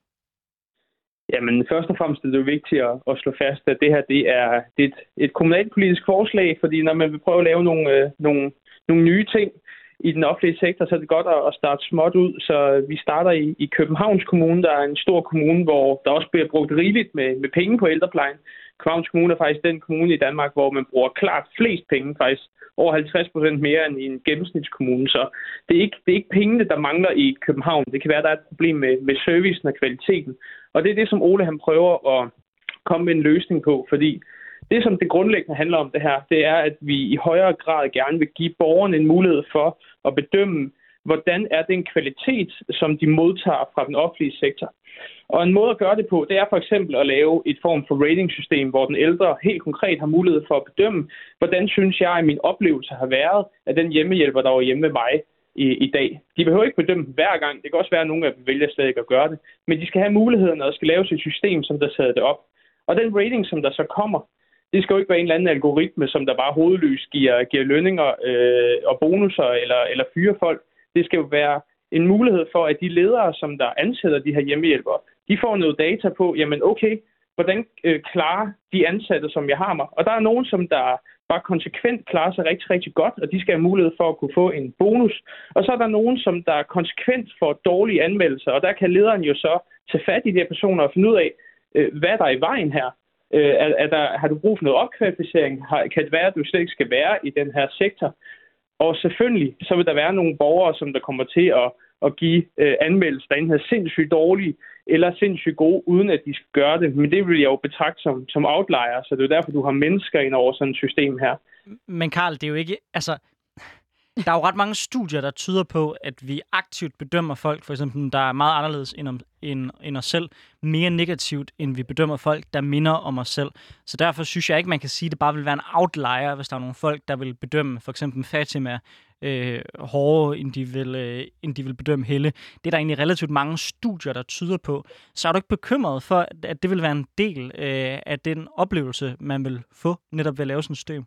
Jamen, først og fremmest er det jo vigtigt at, at slå fast, at det her det er, det er et, et kommunalpolitisk forslag, fordi når man vil prøve at lave nogle, øh, nogle, nogle nye ting i den offentlige sektor, så er det godt at, at starte småt ud. Så vi starter i, i Københavns Kommune, der er en stor kommune, hvor der også bliver brugt rigeligt med, med penge på ældreplejen. Københavns Kommune er faktisk den kommune i Danmark, hvor man bruger klart flest penge, faktisk over halvtreds procent mere end i en gennemsnitskommune. Så det er, ikke, det er ikke pengene, der mangler i København. Det kan være, at der er et problem med, med servicen og kvaliteten. Og det er det, som Ole han prøver at komme med en løsning på, fordi det, som det grundlæggende handler om det her, det er, at vi i højere grad gerne vil give borgerne en mulighed for at bedømme, hvordan er den kvalitet, som de modtager fra den offentlige sektor. Og en måde at gøre det på, det er for eksempel at lave et form for ratingsystem, hvor den ældre helt konkret har mulighed for at bedømme, hvordan synes jeg, at min oplevelse har været af den hjemmehjælper, der var hjemme med mig i, i dag. De behøver ikke bedømme dem hver gang. Det kan også være, at nogle af dem vælger slet ikke at gøre det. Men de skal have muligheden, og der skal laves et system, som der sætter det op. Og den rating, som der så kommer, det skal jo ikke være en eller anden algoritme, som der bare hovedløs giver, giver lønninger øh, og bonusser eller, eller fyrer folk. Det skal jo være en mulighed for, at de ledere, som der ansætter de her hjemmehjælpere, de får noget data på, jamen okay, hvordan øh, klarer de ansatte, som jeg har mig. Og der er nogen, som der bare konsekvent klarer sig rigtig, rigtig godt, og de skal have mulighed for at kunne få en bonus. Og så er der nogen, som der konsekvent får dårlige anmeldelser, og der kan lederen jo så tage fat i de her personer og finde ud af, øh, hvad der er i vejen her. Øh, er, er der, har du brug for noget opkvalificering? Har, kan det være, at du slet ikke skal være i den her sektor? Og selvfølgelig, så vil der være nogle borgere, som der kommer til at, at give øh, anmeldelser, der enten er sindssygt dårlige eller sindssygt gode, uden at de skal gøre det. Men det vil jeg jo betragte som, som outlier, så det er derfor, du har mennesker ind over sådan et system her. Men Karl, det er jo ikke... Altså, der er jo ret mange studier, der tyder på, at vi aktivt bedømmer folk, for eksempel, der er meget anderledes end, om, end, end os selv, mere negativt, end vi bedømmer folk, der minder om os selv. Så derfor synes jeg ikke, man kan sige, at det bare vil være en outlier, hvis der er nogle folk, der vil bedømme for eksempel Fatima øh, hårdere, end de, vil, øh, end de vil bedømme Helle. Det er der egentlig relativt mange studier, der tyder på. Så er du ikke bekymret for, at det vil være en del øh, af den oplevelse, man vil få netop ved at lave sådan et system?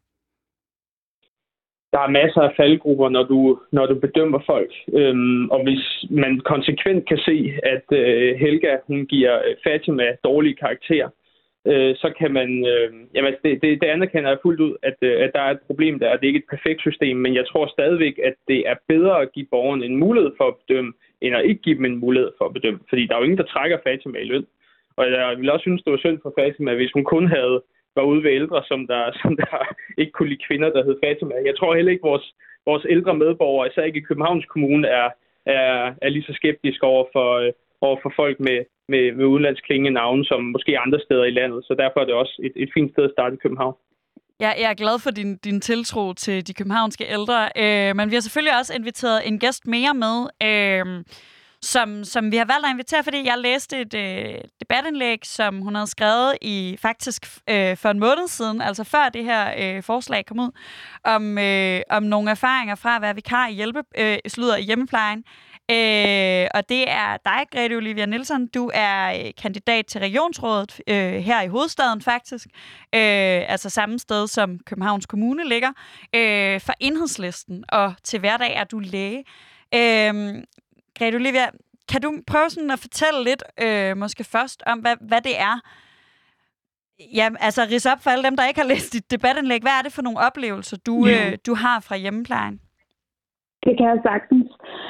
Der er masser af faldgrupper, når du, når du bedømmer folk. Øhm, og hvis man konsekvent kan se, at øh, Helga hun giver Fatima dårlige karakterer, øh, så kan man... Øh, jamen, det, det, det anerkender jeg fuldt ud, at, øh, at der er et problem der, og det er ikke et perfekt system, men jeg tror stadigvæk, at det er bedre at give borgerne en mulighed for at bedømme, end at ikke give dem en mulighed for at bedømme. Fordi der er jo ingen, der trækker Fatima i løn. Og jeg ville også synes, det var synd for Fatima, hvis hun kun havde var ude ved ældre, som der, som der ikke kunne lide kvinder, der hed Fatima. Jeg tror heller ikke, vores, vores ældre medborgere, især ikke i Københavns Kommune, er, er, er lige så skeptiske over for, øh, over for folk med, med, med udenlandsklingende navne, som måske andre steder i landet. Så derfor er det også et, et fint sted at starte i København. Ja, jeg er glad for din, din tiltro til de københavnske ældre, øh, men vi har selvfølgelig også inviteret en gæst mere med, øh, Som, som vi har valgt at invitere, fordi jeg læste et øh, debatindlæg, som hun havde skrevet i faktisk øh, for en måned siden, altså før det her øh, forslag kom ud, om, øh, om nogle erfaringer fra at være vikar i, hjælpe, øh, slutter, i hjemmeplejen. Øh, og det er dig, Grete Olivia Nielsen. Du er øh, kandidat til regionsrådet øh, her i hovedstaden faktisk, øh, altså samme sted som Københavns Kommune ligger, øh, for Enhedslisten, og til hverdag er du læge. Øh, Grete Olivia, kan du prøve sådan at fortælle lidt, øh, måske først, om hvad, hvad det er? Ja, altså ridse op for alle dem, der ikke har læst dit debatindlæg. Hvad er det for nogle oplevelser, du, ja. øh, du har fra hjemmeplejen? Det kan jeg sagtens.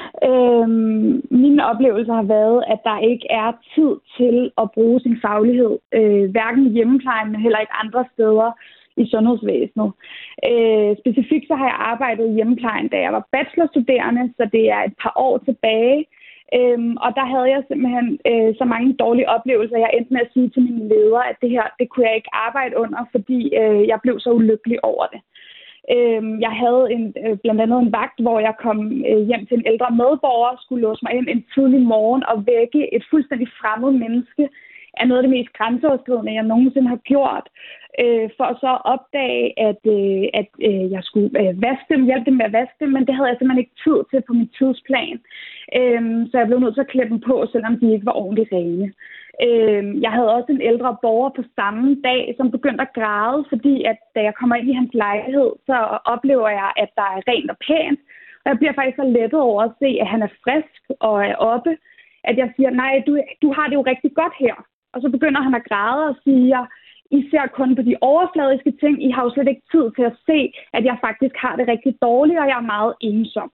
Øhm, mine oplevelser har været, at der ikke er tid til at bruge sin faglighed, øh, hverken i hjemmeplejen, men heller ikke andre steder i sundhedsvæsenet. Øh, specifikt så har jeg arbejdet i hjemmeplejen, da jeg var bachelorstuderende, så det er et par år tilbage. Øhm, og der havde jeg simpelthen øh, så mange dårlige oplevelser, jeg endte med at sige til mine ledere, at det her, det kunne jeg ikke arbejde under, fordi øh, jeg blev så ulykkelig over det. Øhm, jeg havde en, øh, blandt andet en vagt, hvor jeg kom øh, hjem til en ældre medborger, skulle låse mig ind en tidlig morgen og vække et fuldstændig fremmed menneske, er noget af det mest grænseoverskridende, jeg nogensinde har gjort, øh, for at så opdage, at, øh, at øh, jeg skulle øh, vaske dem, hjælpe dem med at vaske dem, men det havde jeg simpelthen ikke tid til på min tidsplan. Øh, så jeg blev nødt til at klippe dem på, selvom de ikke var ordentligt rene. Øh, jeg havde også en ældre borger på samme dag, som begyndte at græde, fordi at da jeg kommer ind i hans lejlighed, så oplever jeg, at der er rent og pænt, og jeg bliver faktisk så lettet over at se, at han er frisk og er oppe, at jeg siger, nej, du, du har det jo rigtig godt her. Og så begynder han at græde og siger, I ser kun på de overfladiske ting. I har jo slet ikke tid til at se, at jeg faktisk har det rigtig dårligt, og jeg er meget ensom.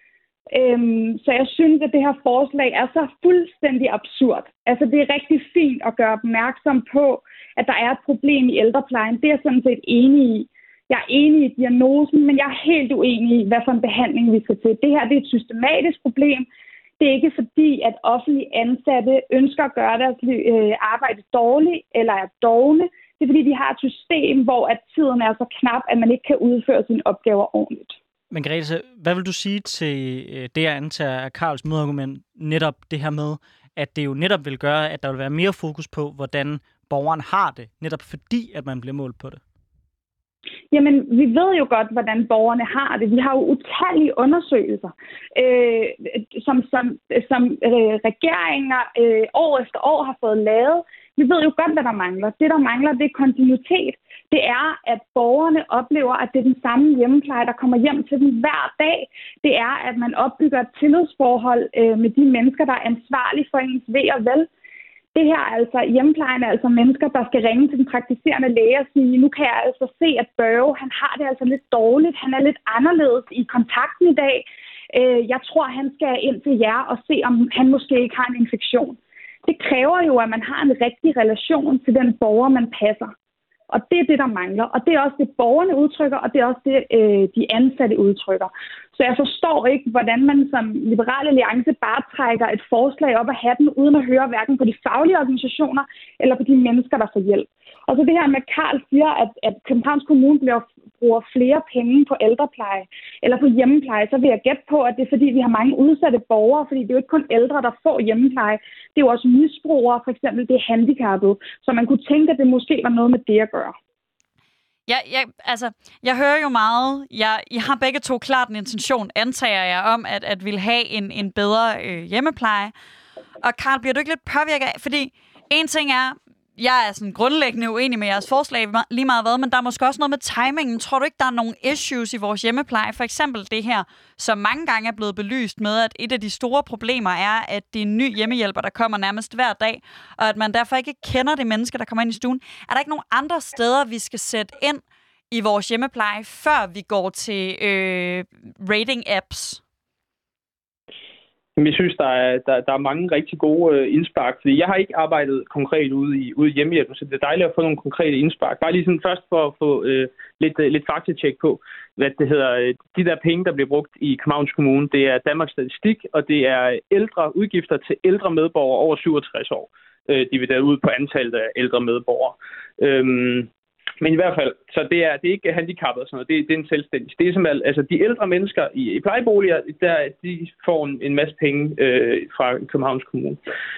Øhm, så jeg synes, at det her forslag er så fuldstændig absurd. Altså, det er rigtig fint at gøre opmærksom på, at der er et problem i ældreplejen. Det er jeg sådan set enig i. Jeg er enig i diagnosen, men jeg er helt uenig i, hvad for en behandling vi skal til. Det her det er et systematisk problem. Det er ikke fordi, at offentlige ansatte ønsker at gøre deres øh, arbejde dårligt eller er dovne. Det er fordi, de har et system, hvor at tiden er så knap, at man ikke kan udføre sine opgaver ordentligt. Men Grete, hvad vil du sige til det, jeg antager af Karls modargument, netop det her med, at det jo netop vil gøre, at der vil være mere fokus på, hvordan borgeren har det, netop fordi, at man bliver målt på det? Jamen, vi ved jo godt, hvordan borgerne har det. Vi har jo utallige undersøgelser, øh, som, som, som øh, regeringer øh, år efter år har fået lavet. Vi ved jo godt, hvad der mangler. Det, der mangler, det er kontinuitet. Det er, at borgerne oplever, at det er den samme hjemmepleje, der kommer hjem til dem hver dag. Det er, at man opbygger et tillidsforhold øh, med de mennesker, der er ansvarlige for ens ve og vel. Det her er altså, hjemmeplejen er altså mennesker, der skal ringe til den praktiserende læge og sige, nu kan jeg altså se, at Børge, han har det altså lidt dårligt, han er lidt anderledes i kontakten i dag. Jeg tror, han skal ind til jer og se, om han måske ikke har en infektion. Det kræver jo, at man har en rigtig relation til den borger, man passer. Og det er det, der mangler. Og det er også det, borgerne udtrykker, og det er også det, øh, de ansatte udtrykker. Så jeg forstår ikke, hvordan man som Liberal Alliance bare trækker et forslag op af hatten, uden at høre hverken på de faglige organisationer eller på de mennesker, der får hjælp. Og så det her med, at Karl siger, at, at Københavns Kommune bliver, bruger flere penge på ældrepleje eller på hjemmepleje, så vil jeg gætte på, at det er fordi, vi har mange udsatte borgere, fordi det er jo ikke kun ældre, der får hjemmepleje. Det er jo også misbrugere, for eksempel det er handicappede. Så man kunne tænke, at det måske var noget med det at gøre. Ja, jeg, altså, jeg hører jo meget, jeg, I har begge to klart en intention, antager jeg, om at, at ville have en, en bedre øh, hjemmepleje. Og Karl, bliver du ikke lidt påvirket af? Fordi en ting er, jeg er sådan grundlæggende uenig med jeres forslag lige meget hvad, men der er måske også noget med timingen. Tror du ikke, der er nogle issues i vores hjemmepleje? For eksempel det her, som mange gange er blevet belyst med, at et af de store problemer er, at det er en ny hjemmehjælper, der kommer nærmest hver dag, og at man derfor ikke kender de mennesker, der kommer ind i stuen. Er der ikke nogen andre steder, vi skal sætte ind i vores hjemmepleje, før vi går til øh, rating-apps? Jeg synes, der er, der, der er mange rigtig gode øh, indspark, fordi jeg har ikke arbejdet konkret ude i, ude i hjemmehjælpen, så det er dejligt at få nogle konkrete indspark. Bare lige sådan først for at få øh, lidt, øh, lidt faktatjek på, hvad det hedder. Øh, de der penge, der bliver brugt i Københavns Kommune, det er Danmarks Statistik, og det er ældre udgifter til ældre medborgere over syvogtres år, øh, divideret ud på antallet af ældre medborgere. Øhm, Men i hvert fald, så det er, det er ikke handicappet og sådan noget, det, det er en selvstændig. Det er simpelthen, altså de ældre mennesker i, i plejeboliger, der, de får en, en masse penge øh, fra Københavns Kommune.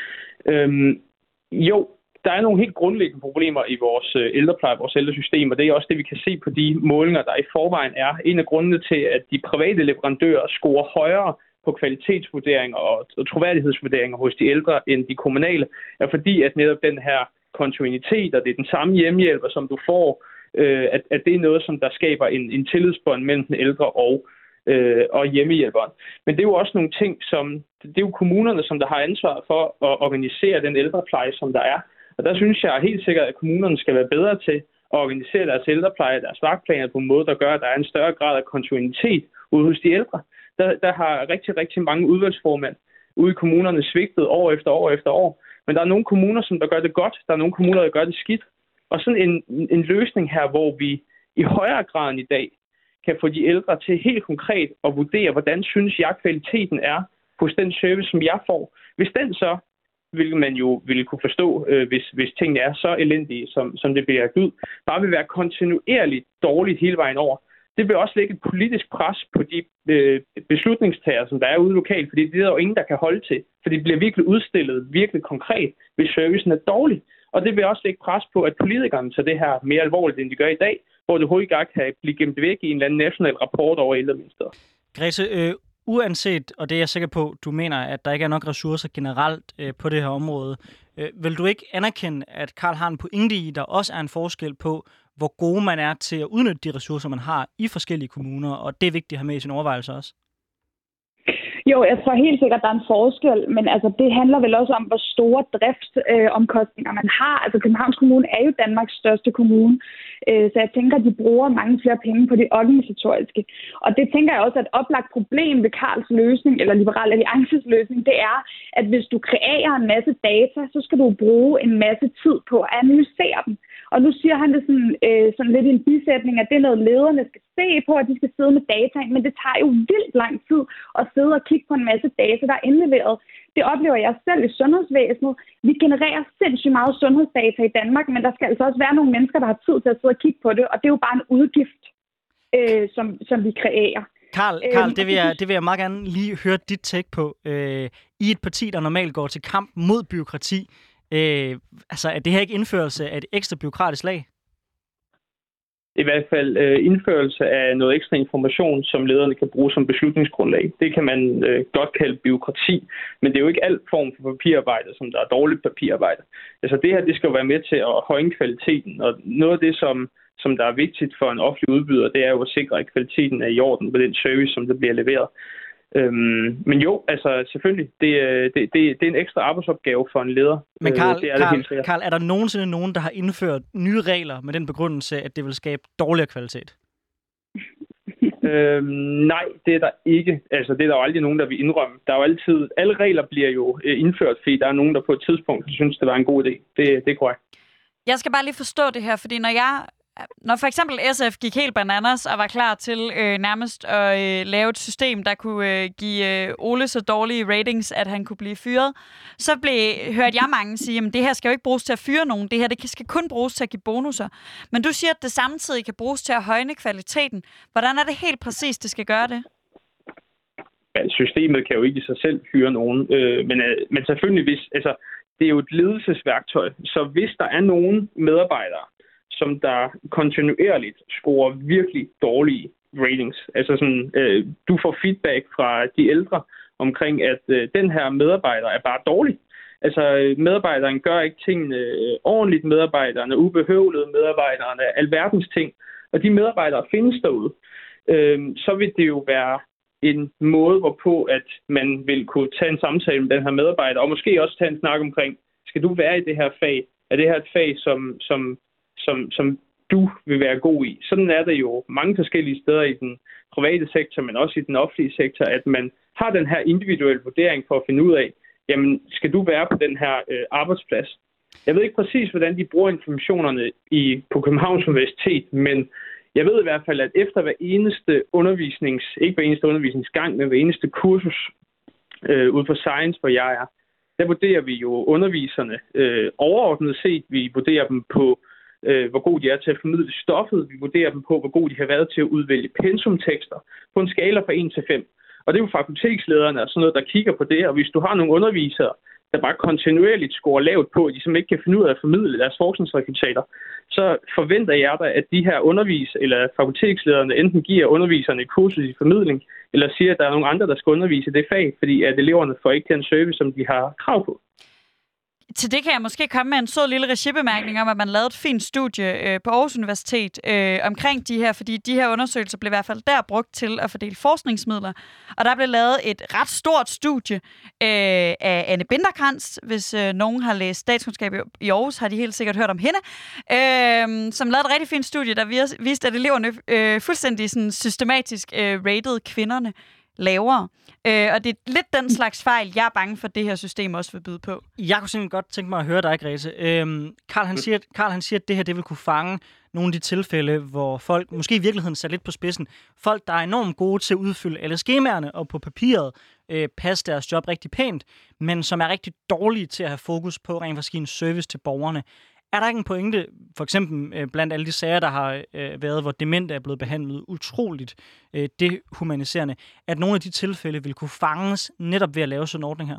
Øhm, jo, der er nogle helt grundlæggende problemer i vores øh, ældrepleje, vores ældresystem, og det er også det, vi kan se på de målinger, der i forvejen er. En af grundene til, at de private leverandører scorer højere på kvalitetsvurderinger og, og troværdighedsvurderinger hos de ældre end de kommunale, er fordi, at netop den her kontinuitet, og det er den samme hjemmehjælper, som du får, øh, at, at det er noget, som der skaber en, en tillidsbånd mellem den ældre og, øh, og hjemmehjælperen. Men det er jo også nogle ting, som, det er jo kommunerne, som der har ansvar for at organisere den ældrepleje, som der er. Og der synes jeg helt sikkert, at kommunerne skal være bedre til at organisere deres ældrepleje, deres vagtplaner på en måde, der gør, at der er en større grad af kontinuitet ude hos de ældre. Der, der har rigtig, rigtig mange udvalgsformænd ude i kommunerne svigtet år efter år efter år. Men der er nogle kommuner, som der gør det godt. Der er nogle kommuner, der gør det skidt. Og sådan en, en løsning her, hvor vi i højere grad end i dag kan få de ældre til helt konkret at vurdere, hvordan synes jeg kvaliteten er hos den service, som jeg får. Hvis den så, hvilket man jo ville kunne forstå, øh, hvis, hvis tingene er så elendige, som, som det bliver ud, bare vil være kontinuerligt dårligt hele vejen over. Det vil også lægge et politisk pres på de øh, beslutningstager, som der er ude lokalt, fordi det er der jo ingen, der kan holde til. For det bliver virkelig udstillet, virkelig konkret, hvis servicen er dårlig. Og det vil også lægge pres på, at politikerne tager det her mere alvorligt, end de gør i dag, hvor det hurtigt ikke kan blive gemt væk i en eller anden national rapport over ældreministeriet. Grete, øh, uanset, og det er jeg sikker på, du mener, at der ikke er nok ressourcer generelt øh, på det her område, øh, vil du ikke anerkende, at Karl har en pointe i, der også er en forskel på, hvor gode man er til at udnytte de ressourcer, man har i forskellige kommuner, og det er vigtigt at have med i sin overvejelse også? Jo, jeg tror helt sikkert, at der er en forskel, men altså, det handler vel også om, hvor store driftsomkostninger øh, man har. Altså Københavns Kommune er jo Danmarks største kommune, øh, så jeg tænker, at de bruger mange flere penge på det organisatoriske. Og det tænker jeg også, at et oplagt problem ved Karls løsning, eller Liberal Alliances løsning, det er, at hvis du kreerer en masse data, så skal du bruge en masse tid på at analysere dem. Og nu siger han det sådan, øh, sådan lidt i en bisætning, at det er noget, lederne skal se på, at de skal sidde med data, men det tager jo vildt lang tid at sidde og kigge på en masse data, der er indleveret. Det oplever jeg selv i sundhedsvæsenet. Vi genererer sindssygt meget sundhedsdata i Danmark, men der skal altså også være nogle mennesker, der har tid til at sidde og kigge på det, og det er jo bare en udgift, øh, som, som vi kreerer. Karl, Karl det, vil jeg, det vil jeg meget gerne lige høre dit take på. Øh, I et parti, der normalt går til kamp mod bureaukrati, Øh, altså, er det her ikke indførelse af et ekstra bureaukratisk lag? I hvert fald øh, indførelse af noget ekstra information, som lederne kan bruge som beslutningsgrundlag. Det kan man øh, godt kalde bureaukrati, men det er jo ikke alt form for papirarbejde, som der er dårligt papirarbejde. Altså det her, det skal jo være med til at højne kvaliteten, og noget af det, som, som der er vigtigt for en offentlig udbyder, det er jo at sikre, at kvaliteten er i orden på den service, som der bliver leveret. Øhm, men jo, altså selvfølgelig, det, det, det, det er en ekstra arbejdsopgave for en leder. Men Carl, det er, Carl, det Carl, er der nogensinde nogen, der har indført nye regler med den begrundelse, at det vil skabe dårligere kvalitet? øhm, nej, det er der ikke. Altså, det er der jo aldrig nogen, der vil indrømme. Der er jo altid, alle regler bliver jo indført, fordi der er nogen, der på et tidspunkt synes, det var en god idé. Det, det er korrekt. Jeg skal bare lige forstå det her, fordi når jeg... Når for eksempel S F gik helt bananas og var klar til øh, nærmest at øh, lave et system, der kunne øh, give øh, Ole så dårlige ratings, at han kunne blive fyret, så blev, hørte jeg mange sige, at det her skal jo ikke bruges til at fyre nogen. Det her det skal kun bruges til at give bonusser. Men du siger, at det samtidig kan bruges til at højne kvaliteten. Hvordan er det helt præcis, det skal gøre det? Ja, systemet kan jo ikke i sig selv fyre nogen. Øh, men, øh, men selvfølgelig, hvis, altså, det er jo et ledelsesværktøj. Så hvis der er nogen medarbejdere, som der kontinuerligt scorer virkelig dårlige ratings. Altså sådan, øh, du får feedback fra de ældre omkring, at øh, den her medarbejder er bare dårlig. Altså, medarbejderen gør ikke tingene øh, ordentligt, medarbejderne er ubehøvlede, medarbejderne er alverdens ting, og de medarbejdere findes derude. Øh, så vil det jo være en måde, hvorpå at man vil kunne tage en samtale med den her medarbejder, og måske også tage en snak omkring, skal du være i det her fag? Er det her et fag, som... som Som, som du vil være god i. Sådan er det jo mange forskellige steder i den private sektor, men også i den offentlige sektor, at man har den her individuelle vurdering for at finde ud af, jamen, skal du være på den her øh, arbejdsplads? Jeg ved ikke præcis, hvordan de bruger informationerne i, på Københavns Universitet, men jeg ved i hvert fald, at efter hver eneste undervisnings, ikke hver eneste undervisningsgang, men hver eneste kursus øh, ude på Science, hvor jeg er, der vurderer vi jo underviserne øh, overordnet set. Vi vurderer dem på hvor god de er til at formidle stoffet. Vi vurderer dem på, hvor god de har været til at udvælge pensumtekster på en skala fra en til fem. Og det er jo fakultetslederne og sådan noget, der kigger på det. Og hvis du har nogle undervisere, der bare kontinuerligt scorer lavt på, at de simpelthen ikke kan finde ud af at formidle deres forskningsresultater, så forventer jeg da, at de her undervis- eller fakultetslederne enten giver underviserne et kursus i formidling, eller siger, at der er nogle andre, der skal undervise det fag, fordi at eleverne får ikke den service, som de har krav på. Til det kan jeg måske komme med en sød lille regibemærkning om, at man lavede et fint studie øh, på Aarhus Universitet øh, omkring de her, fordi de her undersøgelser blev i hvert fald der brugt til at fordele forskningsmidler. Og der blev lavet et ret stort studie øh, af Anne Binderkrantz. Hvis øh, nogen har læst statskundskab i Aarhus, har de helt sikkert hørt om hende. Øh, som lavede et rigtig fint studie, der viste, at eleverne øh, fuldstændig sådan, systematisk øh, rated kvinderne lavere. Øh, og det er lidt den slags fejl, jeg er bange for, det her system også vil byde på. Jeg kunne simpelthen godt tænke mig at høre dig, Grete. Øhm, Carl, han siger, Carl, han siger, at det her det vil kunne fange nogle af de tilfælde, hvor folk, måske i virkeligheden sat lidt på spidsen, folk, der er enormt gode til at udfylde alle skemaerne og på papiret øh, passe deres job rigtig pænt, men som er rigtig dårlige til at have fokus på rent faktisk en service til borgerne. Er der ikke en pointe, for eksempel øh, blandt alle de sager, der har øh, været, hvor demente er blevet behandlet utroligt øh, dehumaniserende, at nogle af de tilfælde vil kunne fanges netop ved at lave sådan en ordning her?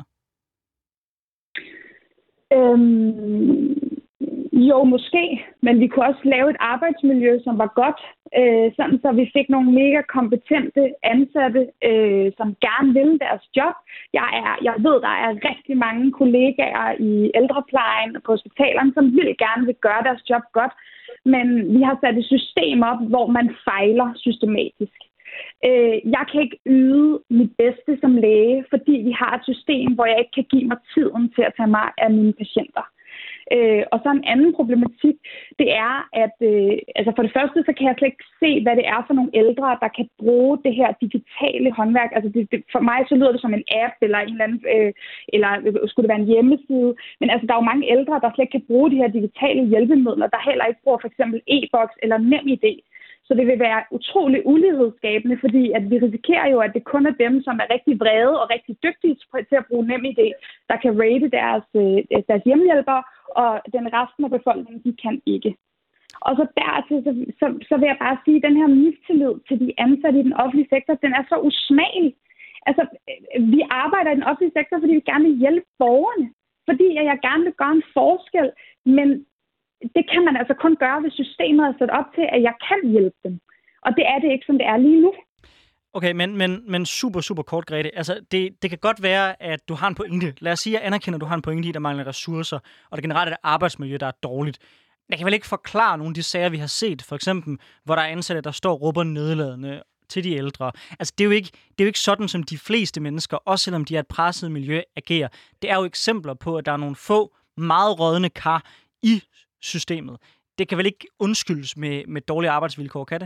Øhm, jo, måske. Men vi kunne også lave et arbejdsmiljø, som var godt, øh, sådan så vi fik nogle mega kompetente ansatte, øh, som gerne vil deres job. Jeg, er, jeg ved, der er rigtig mange kollegaer i ældreplejen og på hospitalerne, som vil gerne vil gøre deres job godt. Men vi har sat et system op, hvor man fejler systematisk. Øh, jeg kan ikke yde mit bedste som læge, fordi vi har et system, hvor jeg ikke kan give mig tiden til at tage mig af mine patienter. Øh, og så en anden problematik, det er, at øh, altså for det første, så kan jeg slet ikke se, hvad det er for nogle ældre, der kan bruge det her digitale håndværk. Altså det, det, for mig så lyder det som en app, eller en eller anden, øh, eller skulle det være en hjemmeside. Men altså, der er jo mange ældre, der slet ikke kan bruge de her digitale hjælpemidler, der heller ikke bruger for eksempel e-boks eller NemID. Så det vil være utrolig ulighedsskabende, fordi at vi risikerer jo, at det kun er dem, som er rigtig vrede og rigtig dygtige til at bruge NemID, der kan rate deres, deres hjemmehjælpere, og den resten af befolkningen, de kan ikke. Og så dertil, så, så, så vil jeg bare sige, at den her mistillid til de ansatte i den offentlige sektor, den er så usmagelig. Altså, vi arbejder i den offentlige sektor, fordi vi gerne vil hjælpe borgerne. Fordi jeg gerne vil gøre en forskel, men det kan man altså kun gøre, hvis systemet er sat op til, at jeg kan hjælpe dem. Og det er det ikke, som det er lige nu. Okay, men, men, men super, super kort, Grete. Altså, det, det kan godt være, at du har en pointe. Lad os sige, at jeg anerkender, at du har en pointe i, at der mangler ressourcer, og det generelt er det arbejdsmiljø, der er dårligt. Jeg kan vel ikke forklare nogle af de sager, vi har set, for eksempel, hvor der er ansatte, der står og råber nedladende til de ældre. Altså, det er jo ikke, det er jo ikke sådan, som de fleste mennesker, også selvom de er et presset miljø, agerer. Det er jo eksempler på, at der er nogle få meget rådne kar i systemet. Det kan vel ikke undskyldes med, med dårlige arbejdsvilkår, kan det?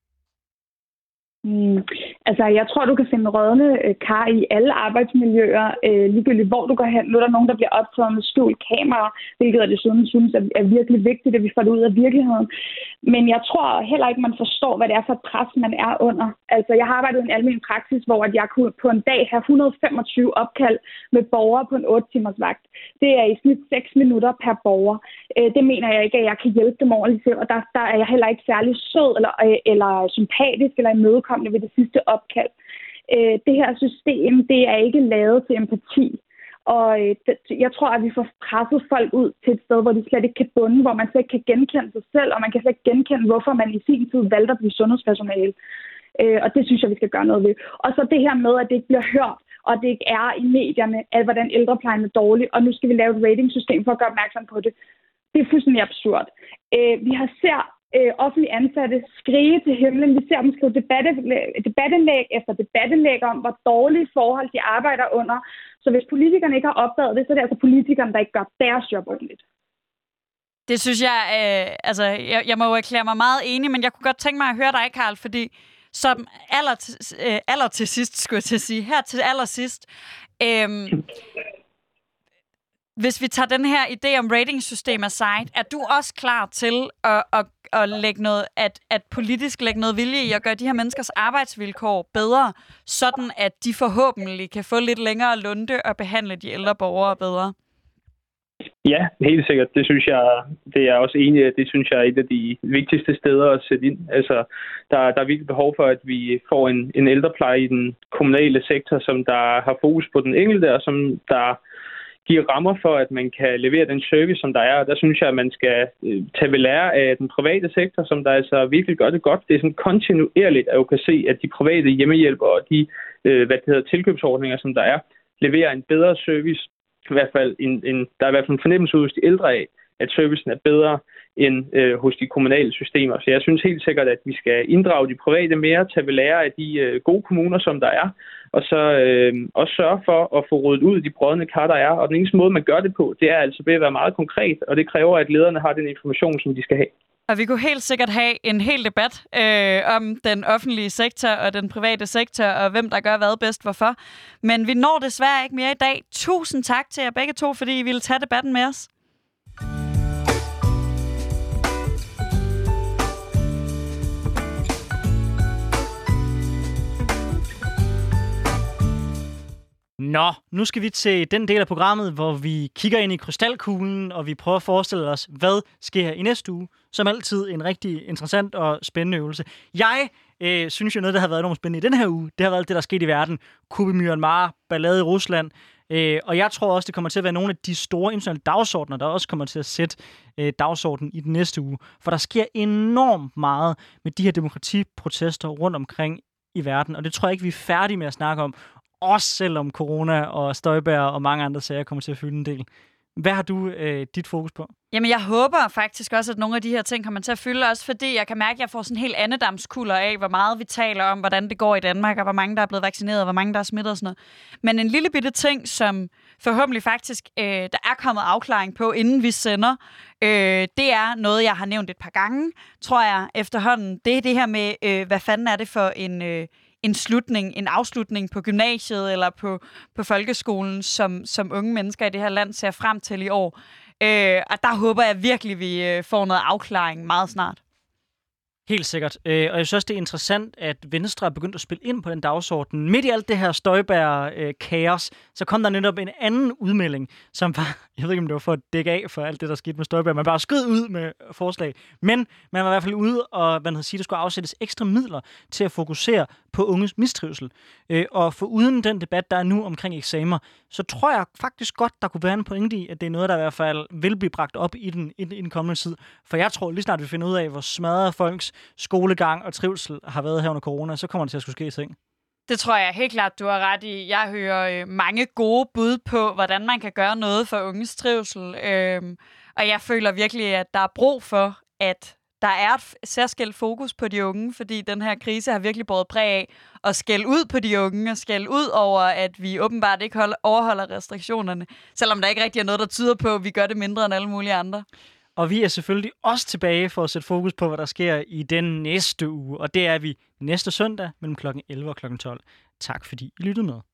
Mm. Altså, jeg tror, du kan finde rådne øh, kar i alle arbejdsmiljøer, øh, ligegyldigt hvor du går hen. Nu er der nogen, der bliver optaget med skjult kamera, hvilket jeg desuden synes er, er virkelig vigtigt, at vi får det ud af virkeligheden. Men jeg tror heller ikke, man forstår, hvad det er for et pres, man er under. Altså, jeg har arbejdet i en almen praksis, hvor jeg kunne på en dag have et hundrede og femogtyve opkald med borgere på en otte timers vagt. Det er i snit seks minutter per borger. Øh, det mener jeg ikke, at jeg kan hjælpe dem ordentligt til, og der, der er jeg heller ikke særlig sød eller, øh, eller sympatisk eller imødekommende ved det sidste opkald. Øh, det her system, det er ikke lavet til empati. Og øh, det, jeg tror, at vi får presset folk ud til et sted, hvor de slet ikke kan bunde, hvor man slet ikke kan genkende sig selv, og man kan slet ikke genkende, hvorfor man i sin tid valgte at blive sundhedspersonale. Øh, og det synes jeg, vi skal gøre noget ved. Og så det her med, at det ikke bliver hørt, og det ikke er i medierne, at hvordan ældreplejen er dårlig, og nu skal vi lave et ratingsystem for at gøre opmærksom på det. Det er fuldstændig absurd. Øh, vi har ser øh, offentlige ansatte skrige til himlen. Vi ser dem skrive debatindlæg efter debatindlæg om, hvor dårlige forhold de arbejder under. Så hvis politikerne ikke har opdaget det, så er det altså politikerne, der ikke gør deres job ordentligt. Det synes jeg, øh, altså, jeg, jeg må jo erklære mig meget enig, men jeg kunne godt tænke mig at høre dig, Karl, fordi som aller, øh, aller til sidst, skulle jeg til at sige, her til allersidst, øh, hvis vi tager den her idé om ratingsystem aside, er du også klar til at, at, at lægge noget, at, at politisk lægge noget vilje i at gøre de her menneskers arbejdsvilkår bedre, sådan at de forhåbentlig kan få lidt længere lunte og behandle de ældre borgere bedre? Ja, helt sikkert. Det synes jeg, det er jeg også enig i. Det synes jeg er et af de vigtigste steder at sætte ind. Altså, der, der er virkelig behov for, at vi får en, en ældrepleje i den kommunale sektor, som der har fokus på den enkelte, og som der giver rammer for, at man kan levere den service, som der er. Og der synes jeg, at man skal tage ved lære af den private sektor, som der altså virkelig gør det godt. Det er sådan kontinuerligt, at du kan se, at de private hjemmehjælpere og de hvad det hedder, tilkøbsordninger, som der er, leverer en bedre service. I hvert fald en, en, der er i hvert fald en fornemmelse hos de ældre af, at servicen er bedre end øh, hos de kommunale systemer. Så jeg synes helt sikkert, at vi skal inddrage de private mere, tage ved lære af de øh, gode kommuner, som der er, og så øh, også sørge for at få ryddet ud de brodne kar, der er. Og den eneste måde, man gør det på, det er altså ved at være meget konkret, og det kræver, at lederne har den information, som de skal have. Og vi kunne helt sikkert have en hel debat øh, om den offentlige sektor og den private sektor, og hvem der gør hvad bedst, hvorfor. Men vi når desværre ikke mere i dag. Tusind tak til jer begge to, fordi I ville tage debatten med os. Nå, nu skal vi til den del af programmet, hvor vi kigger ind i krystalkuglen, og vi prøver at forestille os, hvad sker i næste uge. Som altid en rigtig interessant og spændende øvelse. Jeg øh, synes jo noget, der har været enormt spændende i den her uge, det har været alt det, der er sket i verden. Kup i Myanmar, ballade i Rusland. Øh, og jeg tror også, det kommer til at være nogle af de store internationale dagsordner, der også kommer til at sætte øh, dagsordenen i den næste uge. For der sker enormt meget med de her demokratiprotester rundt omkring i verden, og det tror jeg ikke, vi er færdige med at snakke om. Også selvom corona og Støjberg og mange andre sager kommer til at fylde en del. Hvad har du øh, dit fokus på? Jamen, jeg håber faktisk også, at nogle af de her ting kommer til at fylde, også fordi jeg kan mærke, at jeg får sådan en helt andedamskulder af, hvor meget vi taler om, hvordan det går i Danmark, og hvor mange, der er blevet vaccineret, og hvor mange, der er smittet og sådan noget. Men en lille bitte ting, som forhåbentlig faktisk, øh, der er kommet afklaring på, inden vi sender, øh, det er noget, jeg har nævnt et par gange, tror jeg, efterhånden. Det er det her med, øh, hvad fanden er det for en... Øh, en slutning, en afslutning på gymnasiet eller på, på folkeskolen, som, som unge mennesker i det her land ser frem til i år. Øh, og der håber jeg virkelig, vi får noget afklaring meget snart. Helt sikkert. Og jeg synes også, det er interessant, at Venstre er begyndt at spille ind på den dagsorden. Midt i alt det her Støjberg-kaos, så kom der netop en anden udmelding, som var, jeg ved ikke, om det var for at dække af for alt det, der skete med Støjberg. Man bare skød ud med forslag. Men man var i hvert fald ude og hvad man sige, der skulle afsættes ekstra midler til at fokusere på unges mistrivsel. Og for uden den debat, der er nu omkring eksamener, så tror jeg faktisk godt, der kunne være en pointe i, at det er noget, der i hvert fald vil blive bragt op i den, i den kommende tid. For jeg tror lige snart, vi finder ud af, hvor smadret folks skolegang og trivsel har været her under corona, så kommer det til at skulle ske ting. Det tror jeg helt klart, du har ret i. Jeg hører mange gode bud på, hvordan man kan gøre noget for unges trivsel. Øhm, og jeg føler virkelig, at der er brug for, at der er et særskilt fokus på de unge, fordi den her krise har virkelig båret præg af at skælde ud på de unge, og skælde ud over, at vi åbenbart ikke holder, overholder restriktionerne, selvom der ikke rigtig er noget, der tyder på, at vi gør det mindre end alle mulige andre. Og vi er selvfølgelig også tilbage for at sætte fokus på, hvad der sker i den næste uge, og det er vi næste søndag mellem klokken elleve og klokken tolv. Tak fordi I lyttede med.